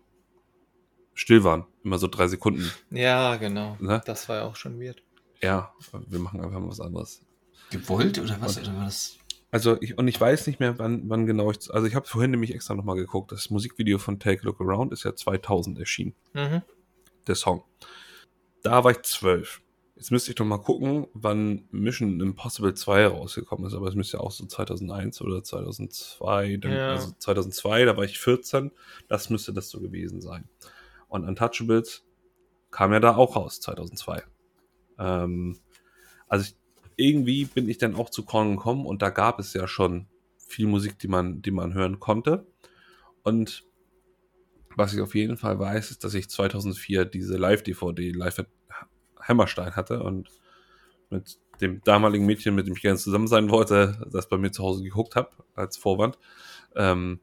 still waren, immer so drei Sekunden. Ja, genau. Ne? Das war ja auch schon weird. Ja, wir machen einfach mal was anderes. Gewollt oder was? Und- Oder war das? Also ich, und ich weiß nicht mehr, wann, wann genau ich, also ich habe vorhin nämlich extra nochmal geguckt, das Musikvideo von Take a Look Around ist ja zweitausend erschienen, Mhm. der Song. Da war ich zwölf. Jetzt müsste ich doch mal gucken, wann Mission Impossible zwei rausgekommen ist, aber es müsste ja auch so zweitausendeins oder zweitausendzwei, dann, Ja. also zweitausendzwei, da war ich vierzehn, das müsste das so gewesen sein. Und Untouchables kam ja da auch raus, zweitausendzwei. Ähm, also ich, irgendwie bin ich dann auch zu Korn gekommen und da gab es ja schon viel Musik, die man, die man hören konnte. Und was ich auf jeden Fall weiß, ist, dass ich zweitausendvier diese Live-D V D live at Hammerstein hatte und mit dem damaligen Mädchen, mit dem ich gerne zusammen sein wollte, das bei mir zu Hause geguckt habe, als Vorwand. Ähm,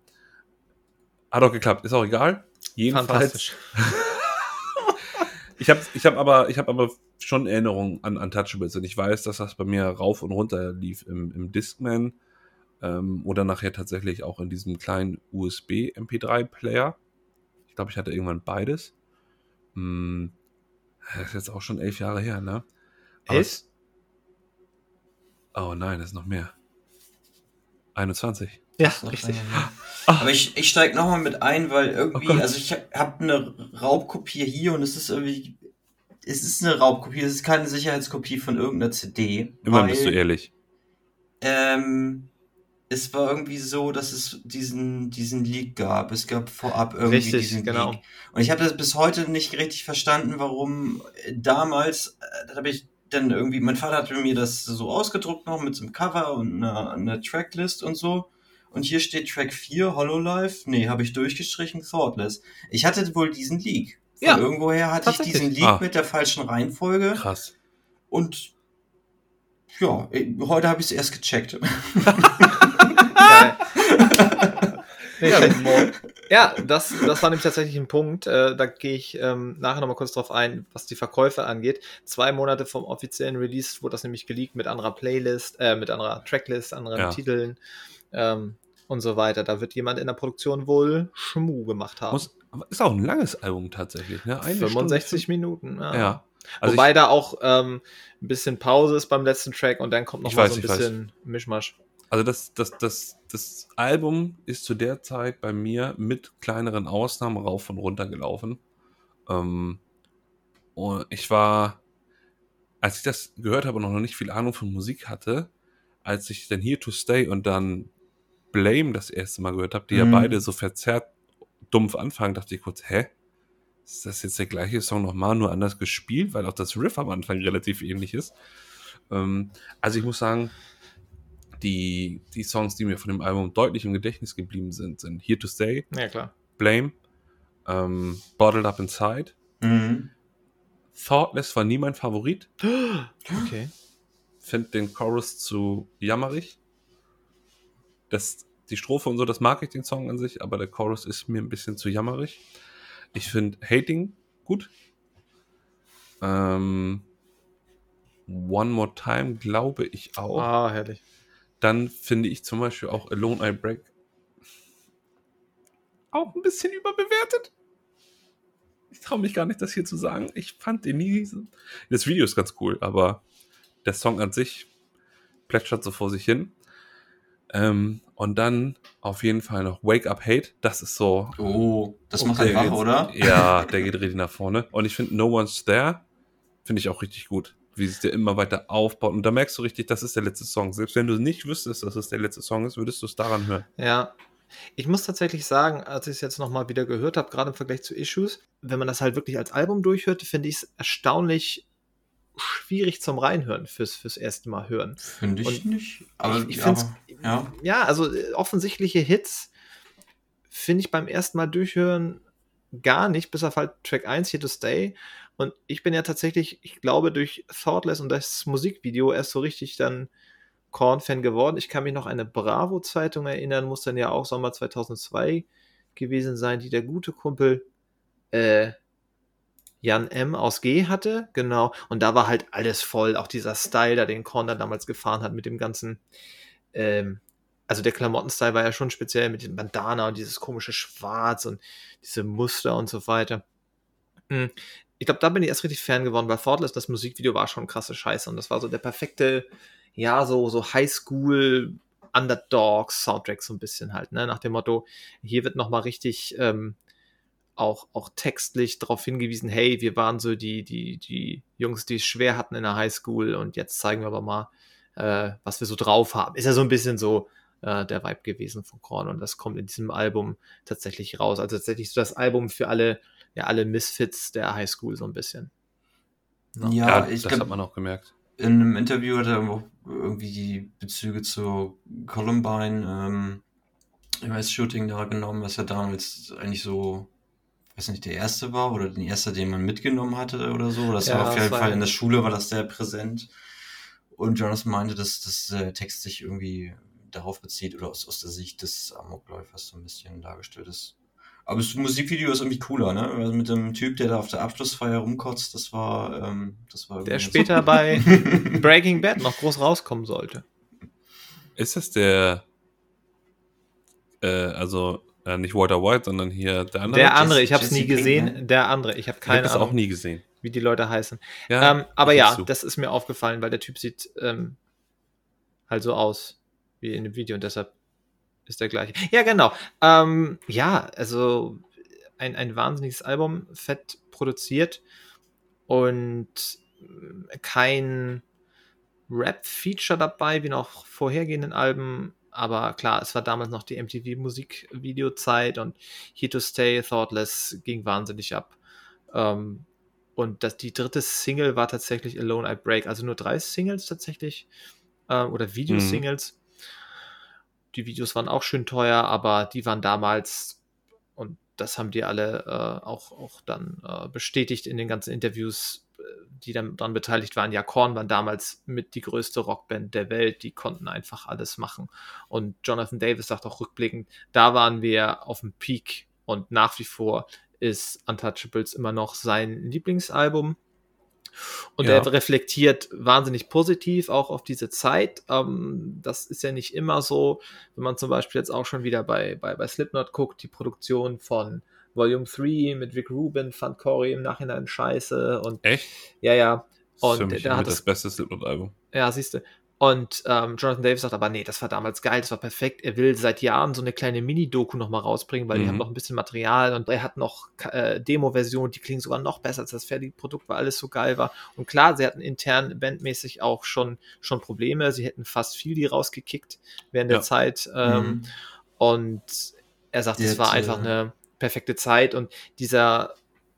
hat auch geklappt, ist auch egal. Jedenfalls. Fantastisch. Ich habe ich hab aber, ich hab aber schon Erinnerungen an Untouchables und ich weiß, dass das bei mir rauf und runter lief im, im Discman ähm, oder nachher tatsächlich auch in diesem kleinen U S B M P drei Player. Ich glaube, ich hatte irgendwann beides. Hm, das ist jetzt auch schon elf Jahre her, ne? Aber Elf? es, oh nein, das ist noch mehr. einundzwanzig. Ja, Das ist noch richtig. länger her. Aber ich, ich steige nochmal mit ein, weil irgendwie, Gott. also ich habe eine Raubkopie hier und es ist irgendwie, es ist eine Raubkopie, es ist keine Sicherheitskopie von irgendeiner C D. Immerhin weil, bist du ehrlich. Ähm, es war irgendwie so, dass es diesen, diesen Leak gab. Es gab vorab irgendwie Richtig, diesen genau. Leak. Und ich habe das bis heute nicht richtig verstanden, warum äh, damals, äh, da habe ich dann irgendwie, mein Vater hatte mir das so ausgedruckt noch mit so einem Cover und einer, einer Tracklist und so. Und hier steht Track vier, Hololive. Nee, habe ich durchgestrichen, Thoughtless. Ich hatte wohl diesen Leak. Von Ja, irgendwoher hatte ich tatsächlich. diesen Leak Ah. mit der falschen Reihenfolge. Krass. Und ja, eh, heute habe ich es erst gecheckt. Geil. Nicht schlecht, Mo. Ja, das, das war nämlich tatsächlich ein Punkt. Äh, da gehe ich ähm, nachher nochmal kurz drauf ein, was die Verkäufe angeht. Zwei Monate vom offiziellen Release wurde das nämlich geleakt mit anderer Playlist, äh, mit anderer Tracklist, anderen Ja. Titeln ähm, und so weiter. Da wird jemand in der Produktion wohl Schmu gemacht haben. Muss, aber ist auch ein langes Album tatsächlich, ne? Eine fünfundsechzig Stunde, Minuten. Ja. Ja. Also Wobei ich, da auch ähm, ein bisschen Pause ist beim letzten Track und dann kommt noch Ich mal weiß, so ein ich weiß. bisschen Mischmasch. also das, das, das, das Album ist zu der Zeit bei mir mit kleineren Ausnahmen rauf und runter gelaufen. Ähm, und ich war, als ich das gehört habe und noch nicht viel Ahnung von Musik hatte, als ich dann Here to Stay und dann Blame das erste Mal gehört habe, die ja Mhm. beide so verzerrt dumpf anfangen, dachte ich kurz, hä? Ist das jetzt der gleiche Song nochmal, nur anders gespielt? Weil auch das Riff am Anfang relativ ähnlich ist. Ähm, also ich muss sagen, die, die Songs, die mir von dem Album deutlich im Gedächtnis geblieben sind, sind Here to Stay, Ja, klar. Blame, ähm, Bottled Up Inside. Mhm. Thoughtless war nie mein Favorit. Okay. Finde den Chorus zu jammerig. Das, die Strophe und so, das mag ich den Song an sich, aber der Chorus ist mir ein bisschen zu jammerig. Ich finde Hating gut. Ähm, One More Time glaube ich auch. Ah, herrlich. Dann finde ich zum Beispiel auch Alone I Break auch ein bisschen überbewertet. Ich traue mich gar nicht, das hier zu sagen. Ich fand den nie. Das Video ist ganz cool, aber der Song an sich plätschert so vor sich hin. Ähm, und dann auf jeden Fall noch Wake Up Hate. Das ist so. Oh, das macht der halt wach, geht- oder? Ja, der geht richtig nach vorne. Und ich finde No One's There, finde ich auch richtig gut. Wie sich der immer weiter aufbaut. Und da merkst du richtig, das ist der letzte Song. Selbst wenn du nicht wüsstest, dass es der letzte Song ist, würdest du es daran hören. Ja. Ich muss tatsächlich sagen, als ich es jetzt nochmal wieder gehört habe, gerade im Vergleich zu Issues, wenn man das halt wirklich als Album durchhört, finde ich es erstaunlich schwierig zum Reinhören fürs, fürs erste Mal hören. Finde ich Und nicht. Aber ich, ich ja, finde aber- ja. ja, also äh, offensichtliche Hits finde ich beim ersten Mal durchhören gar nicht, bis auf halt Track eins, Here to Stay. Und ich bin ja tatsächlich, ich glaube, durch Thoughtless und das Musikvideo erst so richtig dann Korn-Fan geworden. Ich kann mich noch an eine Bravo-Zeitung erinnern, muss dann ja auch Sommer zweitausendzwei gewesen sein, die der gute Kumpel äh, Jan M. aus G hatte, genau. Und da war halt alles voll, auch dieser Style, da den Korn da damals gefahren hat mit dem ganzen, ähm, also der Klamottenstyle war ja schon speziell mit dem Bandana und dieses komische Schwarz und diese Muster und so weiter. Hm. Ich glaube, da bin ich erst richtig Fan geworden, weil Thoughtless, das Musikvideo war schon krasse Scheiße und das war so der perfekte, ja, so, so Highschool Underdog-Soundtrack so ein bisschen halt, ne, nach dem Motto, hier wird nochmal richtig, ähm, auch, auch textlich darauf hingewiesen, hey, wir waren so die, die, die Jungs, die es schwer hatten in der Highschool und jetzt zeigen wir aber mal, äh, was wir so drauf haben. Ist ja so ein bisschen so äh, der Vibe gewesen von Korn und das kommt in diesem Album tatsächlich raus. Also tatsächlich so das Album für alle, ja, alle Misfits der Highschool so ein bisschen. Ja, Ja, ich das glaub, hat man auch gemerkt. in einem Interview hat er auch irgendwie die Bezüge zu Columbine ähm, im Mass-Shooting da genommen, was ja damals eigentlich so, weiß nicht, der erste war oder den erste, den man mitgenommen hatte oder so. Das Ja, war auf das jeden war- Fall in der Schule, war das sehr präsent. Und Jonas meinte, dass, dass der Text sich irgendwie darauf bezieht oder aus, aus der Sicht des Amokläufers so ein bisschen dargestellt ist. Aber das Musikvideo ist irgendwie cooler, ne? Also mit dem Typ, der da auf der Abschlussfeier rumkotzt, das war, ähm, das war irgendwie Der ganz- später bei Breaking Bad noch groß rauskommen sollte. Ist das der, äh, also äh, nicht Walter White, sondern hier der andere? Der andere, Jesse- ich habe es nie Jesse gesehen. Pinkman? Der andere, ich habe ich habe keine das Ahnung, auch nie gesehen. wie die Leute heißen. Ja, ähm, aber ich ja, gebe zu. das ist mir aufgefallen, weil der Typ sieht ähm, halt so aus wie in dem Video und deshalb ist der gleiche. Ja, genau. Ähm, ja, also ein, ein wahnsinniges Album, fett produziert und kein Rap-Feature dabei, wie noch vorhergehenden Alben, aber klar, es war damals noch die M T V-Musikvideo-Zeit und Here to Stay, Thoughtless ging wahnsinnig ab. Ähm, und das, die dritte Single war tatsächlich Alone I Break, also nur drei Singles tatsächlich, äh, oder Videosingles. Mhm. Die Videos waren auch schön teuer, aber die waren damals, und das haben die alle äh, auch, auch dann äh, bestätigt in den ganzen Interviews, die dann daran beteiligt waren. Ja, Korn waren damals mit die größte Rockband der Welt, die konnten einfach alles machen. Und Jonathan Davis sagt auch rückblickend, da waren wir auf dem Peak und nach wie vor ist Untouchables immer noch sein Lieblingsalbum. Und ja. er reflektiert wahnsinnig positiv auch auf diese Zeit. Ähm, das ist ja nicht immer so, wenn man zum Beispiel jetzt auch schon wieder bei, bei, bei Slipknot guckt, die Produktion von Volume drei mit Rick Rubin fand Corey im Nachhinein scheiße. Und echt? Ja, ja. Und das ist für mich da hat das, das beste Slipknot-Album. Ja, siehst du. Und ähm, Jonathan Davis sagt aber, nee, das war damals geil, das war perfekt. Er will seit Jahren so eine kleine Mini-Doku nochmal rausbringen, weil mhm. die haben noch ein bisschen Material und er hat noch äh, Demo-Versionen, die klingen sogar noch besser als das fertige Produkt, weil alles so geil war. Und klar, sie hatten intern bandmäßig auch schon, schon Probleme. Sie hätten fast viel die rausgekickt während ja. der Zeit. Ähm, mhm. Und er sagt, es war einfach eine perfekte Zeit und dieser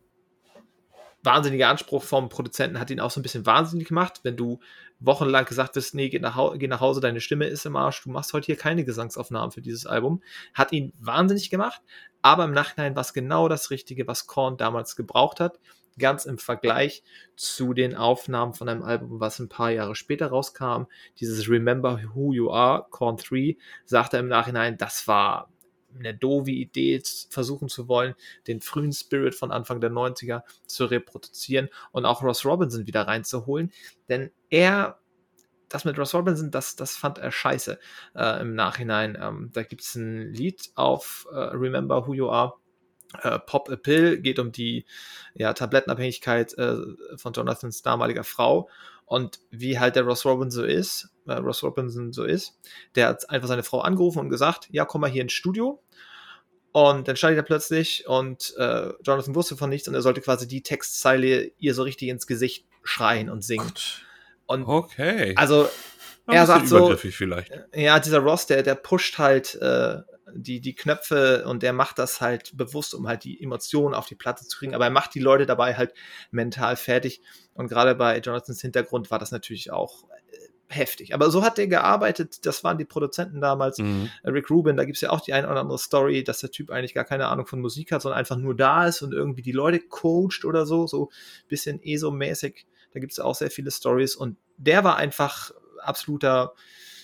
wahnsinniger Anspruch vom Produzenten hat ihn auch so ein bisschen wahnsinnig gemacht, wenn du wochenlang gesagt wirst, nee, geh nach, Hause, geh nach Hause, deine Stimme ist im Arsch, du machst heute hier keine Gesangsaufnahmen für dieses Album. Hat ihn wahnsinnig gemacht, aber im Nachhinein war es genau das Richtige, was Korn damals gebraucht hat, ganz im Vergleich zu den Aufnahmen von einem Album, was ein paar Jahre später rauskam, dieses Remember Who You Are, Korn drei, sagt er im Nachhinein, das war eine doofe Idee, versuchen zu wollen, den frühen Spirit von Anfang der neunziger zu reproduzieren und auch Ross Robinson wieder reinzuholen, denn er, das mit Ross Robinson, das, das fand er scheiße äh, im Nachhinein. Ähm, da gibt es ein Lied auf äh, Remember Who You Are, äh, Pop a Pill, geht um die ja, Tablettenabhängigkeit äh, von Jonathans damaliger Frau. Und wie halt der Ross Robinson so ist, äh, Ross Robinson so ist, der hat einfach seine Frau angerufen und gesagt, ja, komm mal hier ins Studio. Und dann stand er plötzlich und äh, Jonathan wusste von nichts und er sollte quasi die Textzeile ihr so richtig ins Gesicht schreien und singen. Und okay. Also Ein er sagt bisschen so, übergriffig vielleicht. Ja, dieser Ross, der, der pusht halt äh, die, die Knöpfe und der macht das halt bewusst, um halt die Emotionen auf die Platte zu kriegen, aber er macht die Leute dabei halt mental fertig und gerade bei Jonathans Hintergrund war das natürlich auch äh, heftig. Aber so hat er gearbeitet, das waren die Produzenten damals. Mhm. Rick Rubin, da gibt es ja auch die eine oder andere Story, dass der Typ eigentlich gar keine Ahnung von Musik hat, sondern einfach nur da ist und irgendwie die Leute coacht oder so, so ein bisschen E S O-mäßig. Da gibt es auch sehr viele Stories und der war einfach absoluter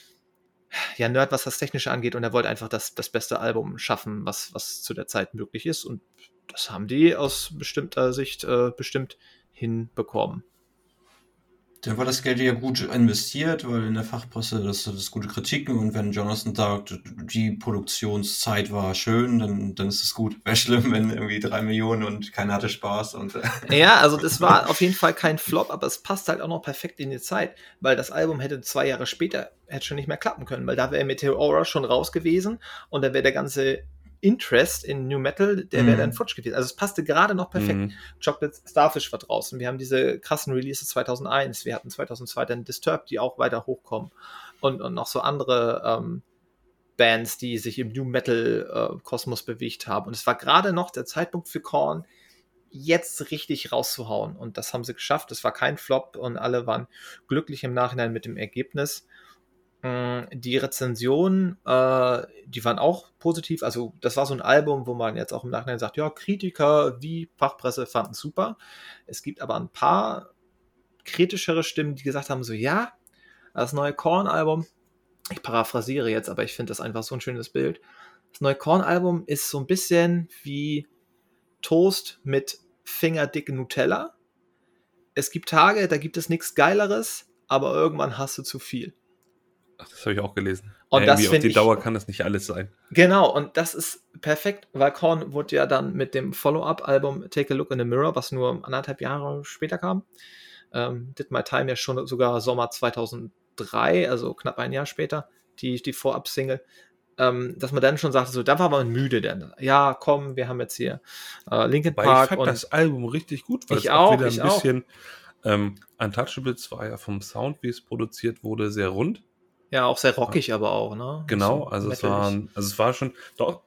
ja, Nerd, was das Technische angeht und er wollte einfach das, das beste Album schaffen, was, was zu der Zeit möglich ist und das haben die aus bestimmter Sicht äh, bestimmt hinbekommen. Dann war das Geld ja gut investiert, weil in der Fachpresse das, das gute Kritiken und wenn Jonathan sagt, die Produktionszeit war schön, dann, dann ist es gut. Wäre schlimm, wenn irgendwie drei Millionen und keiner hatte Spaß. Und ja, also das war auf jeden Fall kein Flop, aber es passt halt auch noch perfekt in die Zeit, weil das Album hätte zwei Jahre später hätte schon nicht mehr klappen können, weil da wäre Meteora schon raus gewesen und da wäre der ganze Interest in New Metal, der wäre mm. dann futsch gewesen. Also es passte gerade noch perfekt. Mm. Chocolate Starfish war draußen. Wir haben diese krassen Releases zweitausendeins. Wir hatten zweitausendzwei dann Disturbed, die auch weiter hochkommen. Und, und noch so andere ähm, Bands, die sich im New Metal-Kosmos äh, bewegt haben. Und es war gerade noch der Zeitpunkt für Korn, jetzt richtig rauszuhauen. Und das haben sie geschafft. Es war kein Flop und alle waren glücklich im Nachhinein mit dem Ergebnis. Die Rezensionen, äh, die waren auch positiv, also das war so ein Album, wo man jetzt auch im Nachhinein sagt, ja, Kritiker wie Fachpresse fanden es super. Es gibt aber ein paar kritischere Stimmen, die gesagt haben, so ja, das neue Korn-Album, ich paraphrasiere jetzt, aber ich finde das einfach so ein schönes Bild, das neue Korn-Album ist so ein bisschen wie Toast mit fingerdicken Nutella. Es gibt Tage, da gibt es nichts Geileres, aber irgendwann hast du zu viel. Ach, das habe ich auch gelesen. Und ja, das auf die ich, Dauer kann das nicht alles sein. Genau, und das ist perfekt, weil Korn wurde ja dann mit dem Follow-up-Album Take a Look in the Mirror, was nur anderthalb Jahre später kam, ähm, Did My Time ja schon sogar Sommer zweitausenddrei, also knapp ein Jahr später, die, die Vorab-Single, ähm, dass man dann schon sagte, so, da war man müde dann. Ja, komm, wir haben jetzt hier äh, Linkin Weil Park ich fand und das Album richtig gut, weil ich es auch auch, wieder ich ein auch. bisschen, ähm, Untouchables war ja vom Sound, wie es produziert wurde, sehr rund. Ja, auch sehr rockig, aber auch, ne? Nicht Genau, so also es metalig. waren, also es war schon, doch,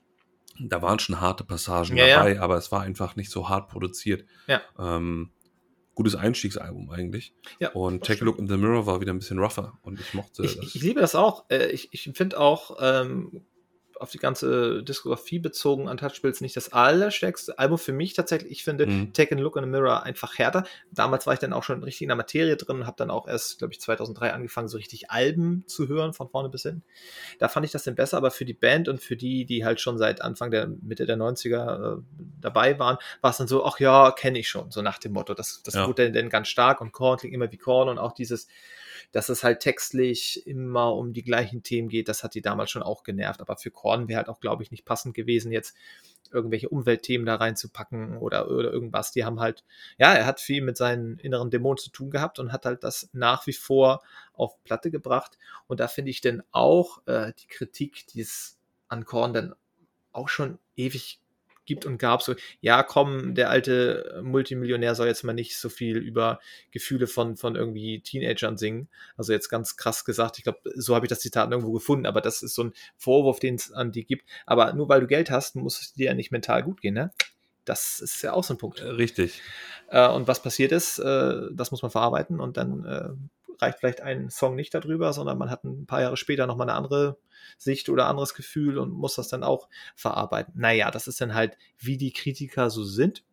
da waren schon harte Passagen Ja, ja. dabei, aber es war einfach nicht so hart produziert. Ja. Ähm, gutes Einstiegsalbum eigentlich. Ja, Und das Take a stimmt. Look in the Mirror war wieder ein bisschen rougher und ich mochte Ich, das. ich, ich liebe das auch. Äh, Ich, ich finde auch ähm, auf die ganze Diskografie bezogen Untouchables nicht das allerstärkste Album für mich tatsächlich. Ich finde Mhm. Take a Look in the Mirror einfach härter. Damals war ich dann auch schon richtig in der Materie drin und habe dann auch erst, glaube ich, zweitausenddrei angefangen, so richtig Alben zu hören, von vorne bis hin. Da fand ich das dann besser, aber für die Band und für die, die halt schon seit Anfang der Mitte der neunziger äh, dabei waren, war es dann so, ach ja, kenne ich schon, so nach dem Motto. Das, das Ja. wurde dann, dann ganz stark und Korn klingt immer wie Korn und auch dieses, dass es halt textlich immer um die gleichen Themen geht, das hat die damals schon auch genervt. Aber für Korn wäre halt auch, glaube ich, nicht passend gewesen, jetzt irgendwelche Umweltthemen da reinzupacken oder, oder irgendwas. Die haben halt, ja, er hat viel mit seinen inneren Dämonen zu tun gehabt und hat halt das nach wie vor auf Platte gebracht. Und da finde ich dann auch äh, die Kritik, die es an Korn dann auch schon ewig gibt und gab, so, ja, komm, der alte Multimillionär soll jetzt mal nicht so viel über Gefühle von, von irgendwie Teenagern singen. Also jetzt ganz krass gesagt, ich glaube, so habe ich das Zitat nirgendwo gefunden, aber das ist so ein Vorwurf, den es an die gibt. Aber nur weil du Geld hast, muss es dir ja nicht mental gut gehen, ne? Das ist ja auch so ein Punkt. Äh, Richtig. Äh, und was passiert ist, äh, das muss man verarbeiten und dann äh, reicht vielleicht ein Song nicht darüber, sondern man hat ein paar Jahre später nochmal eine andere Sicht oder anderes Gefühl und muss das dann auch verarbeiten. Naja, das ist dann halt, wie die Kritiker so sind.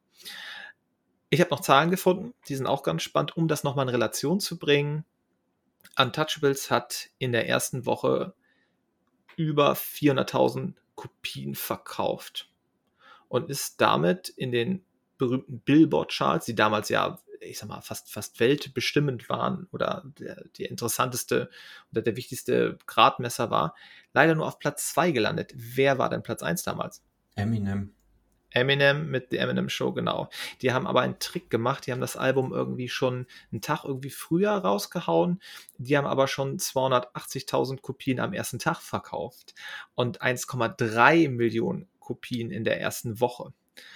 Ich habe noch Zahlen gefunden, die sind auch ganz spannend, um das nochmal in Relation zu bringen. Untouchables hat in der ersten Woche über vierhunderttausend Kopien verkauft und ist damit in den berühmten Billboard-Charts, die damals ja, ich sag mal, fast, fast weltbestimmend waren oder der, der interessanteste oder der wichtigste Gradmesser war, leider nur auf Platz zwei gelandet. Wer war denn Platz eins damals? Eminem. Eminem mit The Eminem Show, genau. Die haben aber einen Trick gemacht, die haben das Album irgendwie schon einen Tag irgendwie früher rausgehauen, die haben aber schon zweihundertachtzigtausend Kopien am ersten Tag verkauft und eins Komma drei Millionen Kopien in der ersten Woche.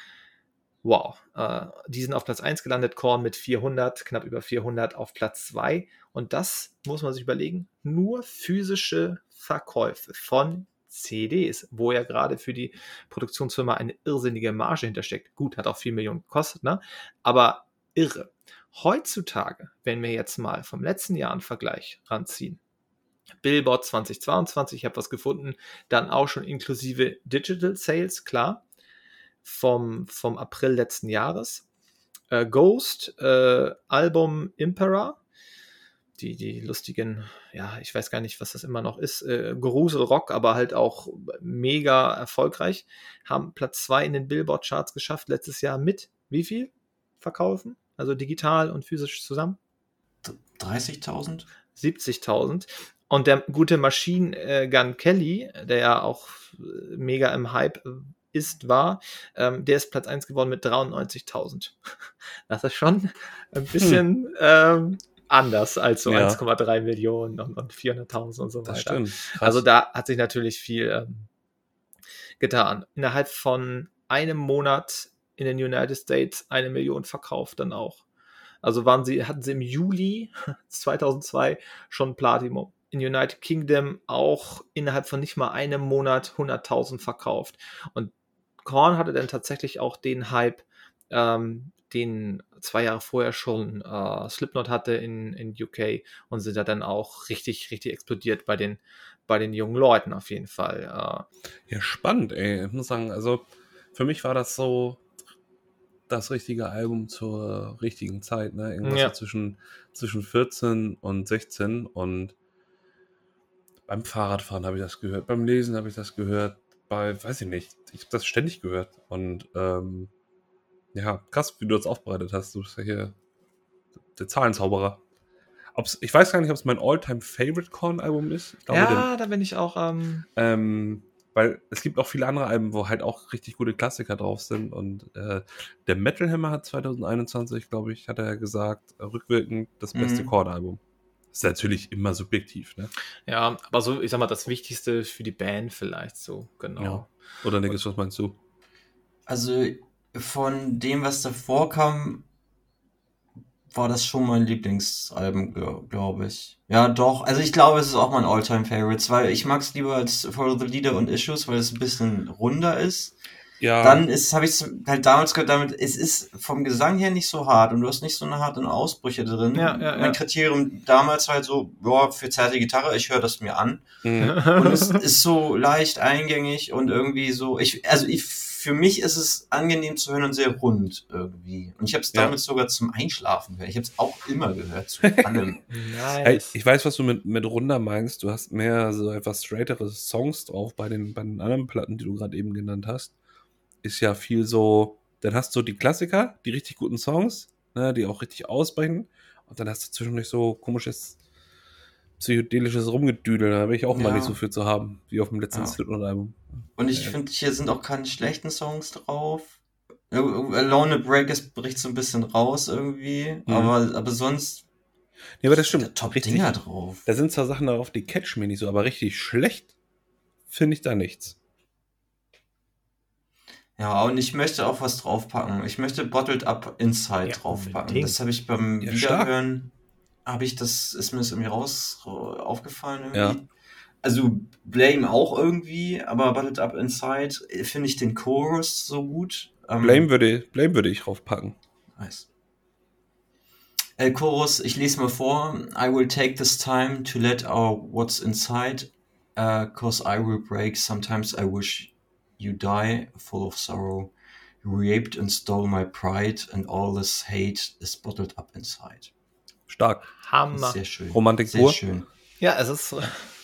Wow, äh, die sind auf Platz eins gelandet, Korn mit vierhundert, knapp über vierhundert auf Platz zwei und das muss man sich überlegen, nur physische Verkäufe von C Ds, wo ja gerade für die Produktionsfirma eine irrsinnige Marge hintersteckt. Gut, hat auch vier Millionen gekostet, ne? Aber irre. Heutzutage, wenn wir jetzt mal vom letzten Jahr einen Vergleich ranziehen, Billboard zweitausendzweiundzwanzig, ich habe was gefunden, dann auch schon inklusive Digital Sales, klar, vom, vom April letzten Jahres. Äh, Ghost, äh, Album Impera, die, die lustigen, ja, ich weiß gar nicht, was das immer noch ist, äh, Gruselrock, aber halt auch mega erfolgreich, haben Platz zwei in den Billboard-Charts geschafft, letztes Jahr mit wie viel verkaufen? Also digital und physisch zusammen? dreißigtausend? siebzigtausend. Und der gute Machine Gun Kelly, der ja auch mega im Hype ist, war, ähm, der ist Platz eins geworden mit dreiundneunzigtausend. Das ist schon ein bisschen hm. ähm, anders als so ja. eins Komma drei Millionen und, und vierhunderttausend und so das weiter. Stimmt. Krass. Also da hat sich natürlich viel ähm, getan. Innerhalb von einem Monat in den United States eine Million verkauft dann auch. Also waren sie, hatten sie im Juli zweitausendzwei schon Platinum. In United Kingdom auch innerhalb von nicht mal einem Monat hunderttausend verkauft. Und Korn hatte dann tatsächlich auch den Hype, ähm, den zwei Jahre vorher schon äh, Slipknot hatte in, in U K und sind da dann auch richtig, richtig explodiert bei den, bei den jungen Leuten auf jeden Fall. Äh. Ja, spannend, ey. Ich muss sagen, also für mich war das so das richtige Album zur richtigen Zeit, ne? Irgendwas Ja. so zwischen, zwischen vierzehn und sechzehn und beim Fahrradfahren habe ich das gehört, beim Lesen habe ich das gehört, bei, weiß ich nicht, ich habe das ständig gehört und ähm, ja, krass, wie du das aufbereitet hast, du bist ja hier der Zahlenzauberer. Ob's, ich weiß gar nicht, ob es mein All-Time-Favorite-Korn-Album ist. Ich glaube, ja, denn, da bin ich auch ähm ähm, weil es gibt auch viele andere Alben, wo halt auch richtig gute Klassiker drauf sind und äh, der Metal Hammer hat zwanzig einundzwanzig, glaube ich, hat er gesagt, rückwirkend das beste Mhm. Korn-Album. Ist natürlich immer subjektiv, ne? Ja, aber so, ich sag mal, das Wichtigste für die Band vielleicht so, genau. Ja. Oder Nickes, was meinst du? Also von dem, was davor kam, war das schon mein Lieblingsalbum, glaube glaub ich. Ja, doch. Also ich glaube, es ist auch mein All-Time-Favorites, weil ich mag es lieber als Follow the Leader und Issues, weil es ein bisschen runder ist. Ja. Dann ist, habe ich es halt damals gehört, damit, es ist vom Gesang her nicht so hart und du hast nicht so eine harten Ausbrüche drin. Ja, ja, mein ja. Kriterium damals war halt so, ja, für zarte Gitarre, ich höre das mir an. Mhm. Und es ist so leicht eingängig und irgendwie so, ich, also ich, für mich ist es angenehm zu hören und sehr rund irgendwie. Und ich habe es Ja. damit sogar zum Einschlafen gehört. Ich habe es auch immer gehört, zu allem. Hey, Nice. ich weiß, was du mit, mit Runder meinst. Du hast mehr so etwas straightere Songs drauf bei den, bei den anderen Platten, die du gerade eben genannt hast. Ist ja viel so, dann hast du die Klassiker, die richtig guten Songs, ne, die auch richtig ausbrechen. Und dann hast du zwischendurch so komisches psychedelisches Rumgedüdel. Da bin ich auch mal Ja. nicht so viel zu haben, wie auf dem letzten Ja. Slipknot-Album. Und ich Ja. finde, hier sind auch keine schlechten Songs drauf. Alone a Break ist, bricht so ein bisschen raus irgendwie. Mhm. Aber, aber sonst Ja, aber das sind da stimmt. Top-Dinger drauf. Da sind zwar Sachen darauf, die catchen mir nicht so, aber richtig schlecht finde ich da nichts. Ja, und ich möchte auch was draufpacken. Ich möchte Bottled Up Inside Ja, draufpacken. unbedingt. Das habe ich beim Ja, stark. Wiederhören, habe ich das, ist mir das irgendwie raus aufgefallen irgendwie. Ja. Also Blame auch irgendwie, aber Bottled Up Inside äh, finde ich den Chorus so gut. Ähm, Blame würde, Blame würde ich draufpacken. Nice. Äh, Chorus, ich lese mal vor. I will take this time to let out what's inside, uh, cause I will break. Sometimes I wish you die, full of sorrow. You raped and stole my pride, and all this hate is bottled up inside. Stark. Das ist Hammer. sehr schön. Romantik Sehr pur. schön. Ja, es ist so.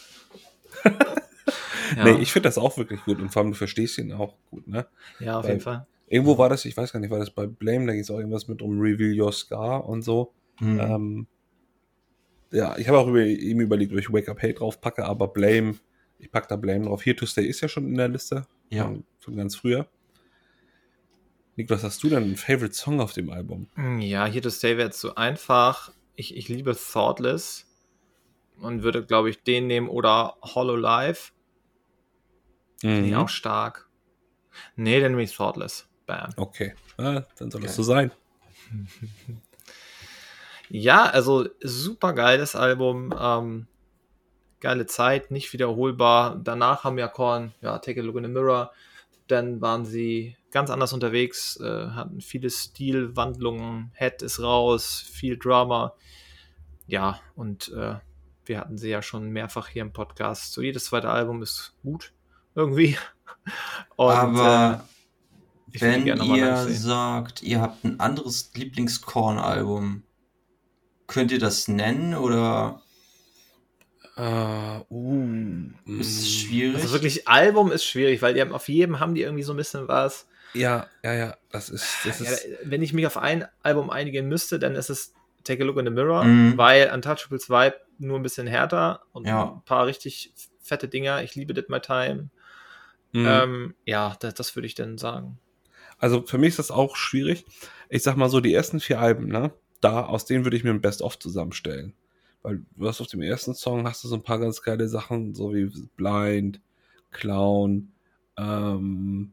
Ja. Nee, ich finde das auch wirklich gut und vor allem du verstehst ihn auch gut, ne? Ja, auf Weil- jeden Fall. Irgendwo war das, ich weiß gar nicht, war das bei Blame, da ging es auch irgendwas mit um Reveal Your Scar und so. Hm. Ähm, ja, ich habe auch über, ihm überlegt, ob ich Wake Up Hate draufpacke, aber Blame, ich packe da Blame drauf. Here to Stay ist ja schon in der Liste. Ja. Von, von ganz früher. Nick, was hast du denn einen Favorite Song auf dem Album? Ja, Here to Stay wäre jetzt so einfach. Ich, ich liebe Thoughtless und würde, glaube ich, den nehmen oder Hollow Life. Finde ich Mhm. auch stark. Nee, dann nehme ich Thoughtless. Bam. Okay, ah, dann soll das Okay. so sein. Ja, also super geiles Album. Ähm, geile Zeit, nicht wiederholbar. Danach haben ja Korn, ja, Take a Look in the Mirror. Dann waren sie ganz anders unterwegs, äh, hatten viele Stilwandlungen. Head ist raus, viel Drama. Ja, und äh, wir hatten sie ja schon mehrfach hier im Podcast. So jedes zweite Album ist gut, irgendwie. Und, Aber äh, ich würde wenn gerne nochmal ihr live sehen. sagt, ihr habt ein anderes Lieblings-Korn-Album, könnt ihr das nennen oder Uh, uh, ist es mm. schwierig? Also wirklich, Album ist schwierig, weil die haben, auf jedem haben die irgendwie so ein bisschen was. Ja, ja, ja, das ist, das Ja, ist, wenn ich mich auf ein Album einigen müsste, dann ist es Take a Look in the Mirror, Mhm. weil Untouchables Vibe nur ein bisschen härter und Ja. ein paar richtig fette Dinger. Ich liebe Did My Time. mm. Ähm, ja, das, das würde ich dann sagen. Also für mich ist das auch schwierig. Ich sag mal so, die ersten vier Alben, ne? Da, aus denen würde ich mir ein Best-of zusammenstellen. Weil du hast auf dem ersten Song hast du so ein paar ganz geile Sachen, so wie Blind, Clown, ähm,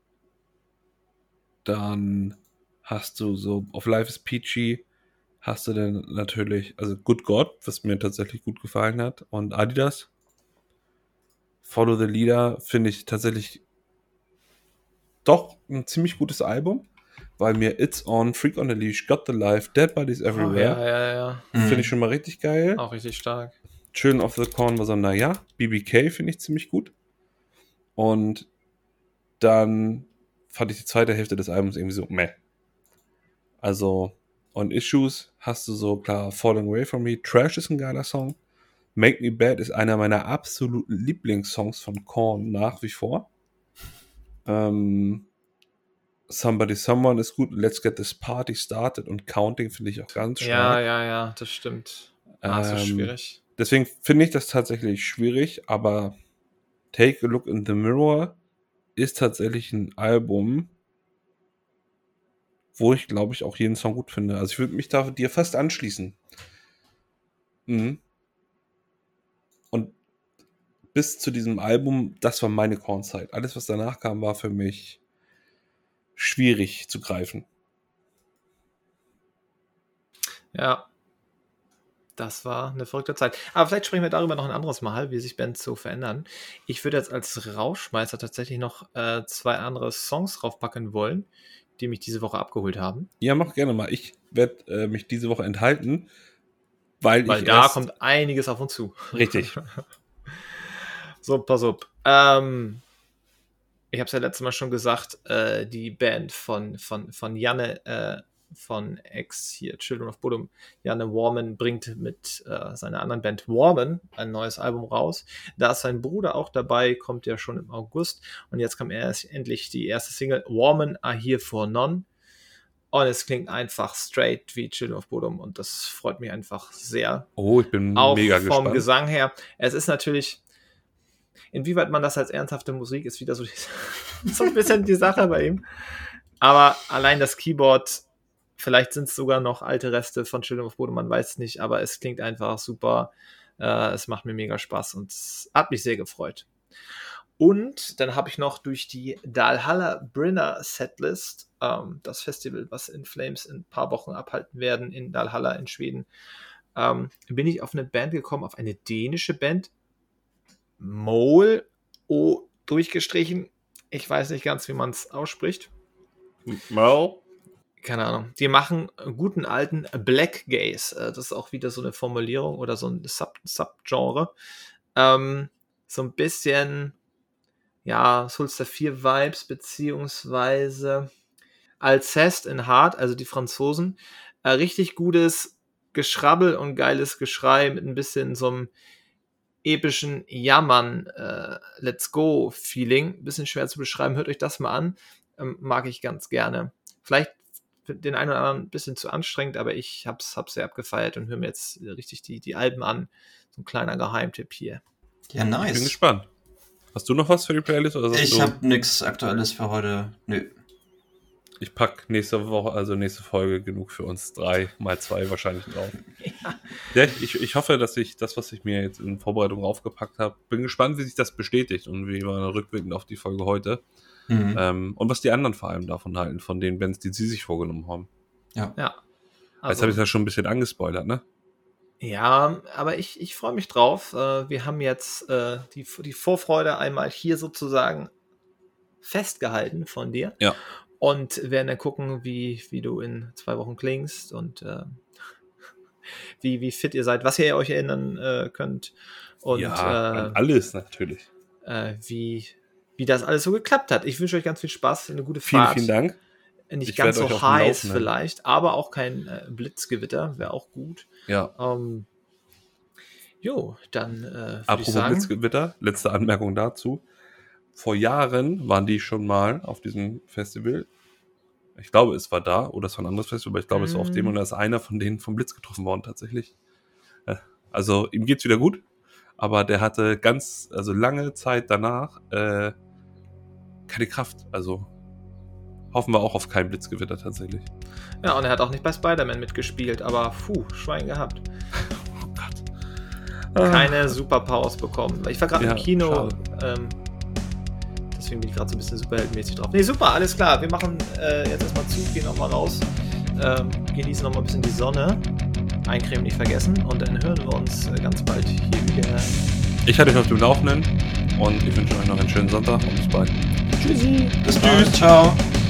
dann hast du so, auf Life is Peachy hast du dann natürlich, also Good God, was mir tatsächlich gut gefallen hat, und Adidas. Follow the Leader finde ich tatsächlich doch ein ziemlich gutes Album, weil mir It's On, Freak on the Leash, Got the Life, Dead Bodies Oh, ja, Everywhere, ja, ja. Mhm. finde ich schon mal richtig geil. Auch richtig stark. Children of the Corn war so, naja, B B K finde ich ziemlich gut. Und dann fand ich die zweite Hälfte des Albums irgendwie so, meh. Also, on Issues hast du so, klar, Falling Away From Me, Trash ist ein geiler Song. Make Me Bad ist einer meiner absoluten Lieblingssongs von Korn nach wie vor. Ähm, Somebody Someone ist gut, Let's Get This Party Started und Counting finde ich auch ganz Ja, stark. ja, ja, das stimmt. Ah, ist so Ähm, schwierig. Deswegen finde ich das tatsächlich schwierig, aber Take a Look in the Mirror ist tatsächlich ein Album, wo ich, glaube ich, auch jeden Song gut finde. Also ich würde mich da dir fast anschließen. Mhm. bis zu diesem Album, das war meine Korn-Zeit. Alles, was danach kam, war für mich schwierig zu greifen. Ja, das war eine verrückte Zeit. Aber vielleicht sprechen wir darüber noch ein anderes Mal, wie sich Bands so verändern. Ich würde jetzt als Rauschmeißer tatsächlich noch äh, zwei andere Songs draufpacken wollen, die mich diese Woche abgeholt haben. Ja, mach gerne mal. Ich werde äh, mich diese Woche enthalten, weil, Weil ich da erst... kommt einiges auf uns zu. Richtig. So, pass auf. Ähm, ich habe es ja letztes Mal schon gesagt, äh, die Band von, von, von Janne, äh, von Ex hier, Children of Bodom, Janne Warman bringt mit äh, seiner anderen Band Warman ein neues Album raus. Da ist sein Bruder auch dabei, kommt ja schon im August. Und jetzt kam erst endlich die erste Single, Warman Are Here For None. Und es klingt einfach straight wie Children of Bodom und das freut mich einfach sehr. Oh, ich bin auch mega vom gespannt. Gesang her. Es ist natürlich, inwieweit man das als ernsthafte Musik ist, wieder so, die, so ein bisschen die Sache bei ihm. Aber allein das Keyboard, vielleicht sind es sogar noch alte Reste von Children of Bodom, man weiß es nicht, aber es klingt einfach super. Äh, es macht mir mega Spaß und es hat mich sehr gefreut. Und dann habe ich noch durch die Dalhalla Brynner Setlist, ähm, das Festival, was In Flames in ein paar Wochen abhalten werden in Dalhalla in Schweden, ähm, bin ich auf eine Band gekommen, auf eine dänische Band. Mole, O durchgestrichen. Ich weiß nicht ganz, wie man es ausspricht. Mole? Keine Ahnung. Die machen guten alten Black Gaze. Das ist auch wieder so eine Formulierung oder so ein Sub- Subgenre. Ähm, so ein bisschen, ja, Sulster vier Vibes, beziehungsweise Alceste in Hard, also die Franzosen. Äh, richtig gutes Geschrabbel und geiles Geschrei mit ein bisschen so einem epischen Jammern, äh, Let's Go Feeling. Bisschen schwer zu beschreiben. Hört euch das mal an. Ähm, mag ich ganz gerne. Vielleicht den einen oder anderen ein bisschen zu anstrengend, aber ich hab's, hab's sehr abgefeiert und höre mir jetzt richtig die, die Alben an. So ein kleiner Geheimtipp hier. Ja, nice. Ich bin gespannt. Hast du noch was für die Playlist? Oder ich du... habe nichts Aktuelles für heute. Nö. Ich pack nächste Woche, also nächste Folge, genug für uns drei, mal zwei wahrscheinlich drauf. Ja. Ja, ich, ich hoffe, dass ich das, was ich mir jetzt in Vorbereitung aufgepackt habe, bin gespannt, wie sich das bestätigt und wie wir rückblickend auf die Folge heute. Mhm. Ähm, und was die anderen vor allem davon halten, von den Bands, die sie sich vorgenommen haben. Ja. ja. Also, jetzt habe ich das schon ein bisschen angespoilert, ne? Ja, aber ich, ich freue mich drauf. Äh, wir haben jetzt äh, die, die Vorfreude einmal hier sozusagen festgehalten von dir. Ja. Und werden dann gucken, wie, wie du in zwei Wochen klingst und äh, wie, wie fit ihr seid, was ihr euch erinnern äh, könnt. Und, ja, äh, an alles natürlich. Äh, wie, wie das alles so geklappt hat. Ich wünsche euch ganz viel Spaß, eine gute Fahrt. Vielen, vielen Dank. Nicht ich ganz so heiß vielleicht, aber auch kein äh, Blitzgewitter, wäre auch gut. Ja. Ähm, jo, dann äh, Apropos Blitzgewitter, letzte Anmerkung dazu. Vor Jahren waren die schon mal auf diesem Festival. Ich glaube, es war da oder es war ein anderes Festival, aber ich glaube, mm. es war auf dem und da ist einer von denen vom Blitz getroffen worden tatsächlich. Also ihm geht's wieder gut, aber der hatte ganz, also lange Zeit danach äh, keine Kraft. Also hoffen wir auch auf kein Blitzgewitter tatsächlich. Ja, und er hat auch nicht bei Spider-Man mitgespielt, aber puh, Schwein gehabt. Oh Gott. Keine ah. Superpowers bekommen. Ich war gerade ja, im Kino, ähm, deswegen bin ich gerade so ein bisschen superheldenmäßig drauf. Nee, super, alles klar. Wir machen äh, jetzt erstmal zu, gehen nochmal raus, ähm, genießen nochmal ein bisschen die Sonne, eincremen nicht vergessen und dann hören wir uns äh, ganz bald hier wieder. Ich halte euch auf dem Laufenden und ich wünsche euch noch einen schönen Sonntag und bis bald. Tschüssi. Bis bald. Ciao.